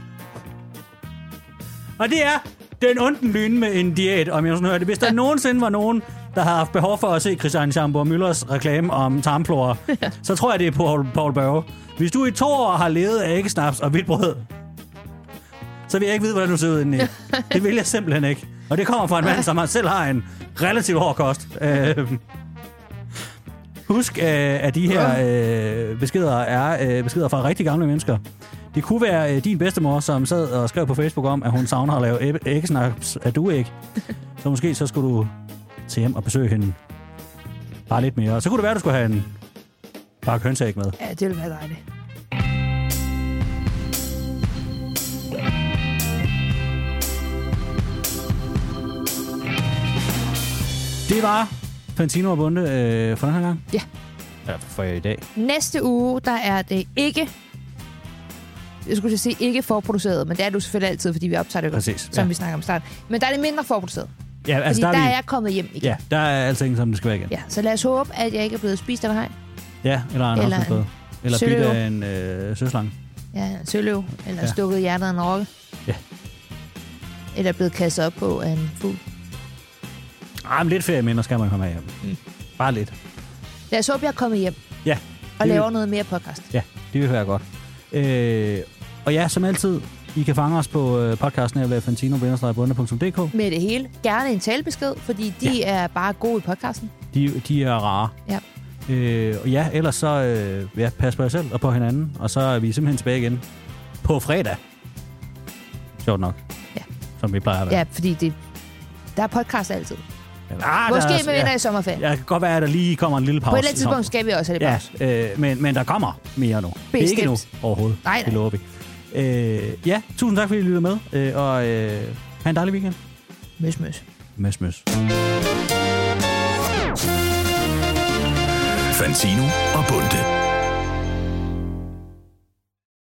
Og det er den onden lyne med en diæt, om jeg sådan hører det. Hvis der nogensinde var nogen, der har haft behov for at se Christian Schamburg Müllers reklame om tarmflora, så tror jeg, det er Paul, Paul Børge. Hvis du i to år har levet af æggesnaps og hvidt brød, så vil jeg ikke vide, hvordan du ser ud indeni. Det vil jeg simpelthen ikke. Og det kommer fra en mand, som selv har en relativt hård kost. Øh, husk, øh, at de her øh, beskeder er øh, beskeder fra rigtig gamle mennesker. Det kunne være øh, din bedstemor, som sad og skrev på Facebook om, at hun savner at lave æ- æggesnaps af dueæg. Så måske så skulle du til hjem og besøge hende bare lidt mere. Og så kunne det være, at du skulle have en bare hønseæg med. Ja, det ville være dejligt. Det var Fantino og Bunde øh, for den her gang. Ja. Eller for i dag. Næste uge, der er det ikke... Jeg skulle sige ikke forproduceret, men det er det jo selvfølgelig altid, fordi vi optager det, Præcis, som ja. vi snakker om start. Men der er det mindre forproduceret. Ja, Fordi altså, der, der, der er er vi, jeg kommet hjem igen. ja, der er alting, som det skal være igen. Ja, så lad os håbe, at jeg ikke er blevet spist af en haj. Ja, eller en Eller afsnitsbåd. en Eller søløve. bidt af en øh, søslange. Ja, en søløv, eller Ja. ja. stukket hjertet af en rokke. Ja. Eller blevet kastet op på af en fugl. Ah, men lidt ferie mindre skal man komme af hjem. Mm. Bare lidt. Lad os håbe, jeg er kommet hjem Ja. og det laver vil, noget mere podcast. Ja, det vil være godt. Øh, og ja, som altid, I kan fange os på øh, podcasten her ved fantino bindestreg bunde punktum d k. Med det hele. Gerne en talebesked, fordi de ja. er bare gode i podcasten. De, de er rare. Ja. Øh, og ja, ellers så øh, ja, pas på jer selv og på hinanden. Og så er vi simpelthen tilbage igen på fredag. Sjovt nok. Ja. Som vi plejer at være. Ja, fordi det, der er podcast altid. Ah, Måske der er- med vinder ja. i sommerferien. Ja, det kan godt være, at der lige kommer en lille pause. På et eller andet tidspunkt skal vi også have lidt Ja, pause. øh, men, men der kommer mere nu. Det er ikke nu overhovedet. Nej, nej. Det lover vi. Øh, ja, tusind tak, fordi I lyttede med. Øh, og øh, have en dejlig weekend. Møs, møs. Møs, møs. Fantino og Bunde.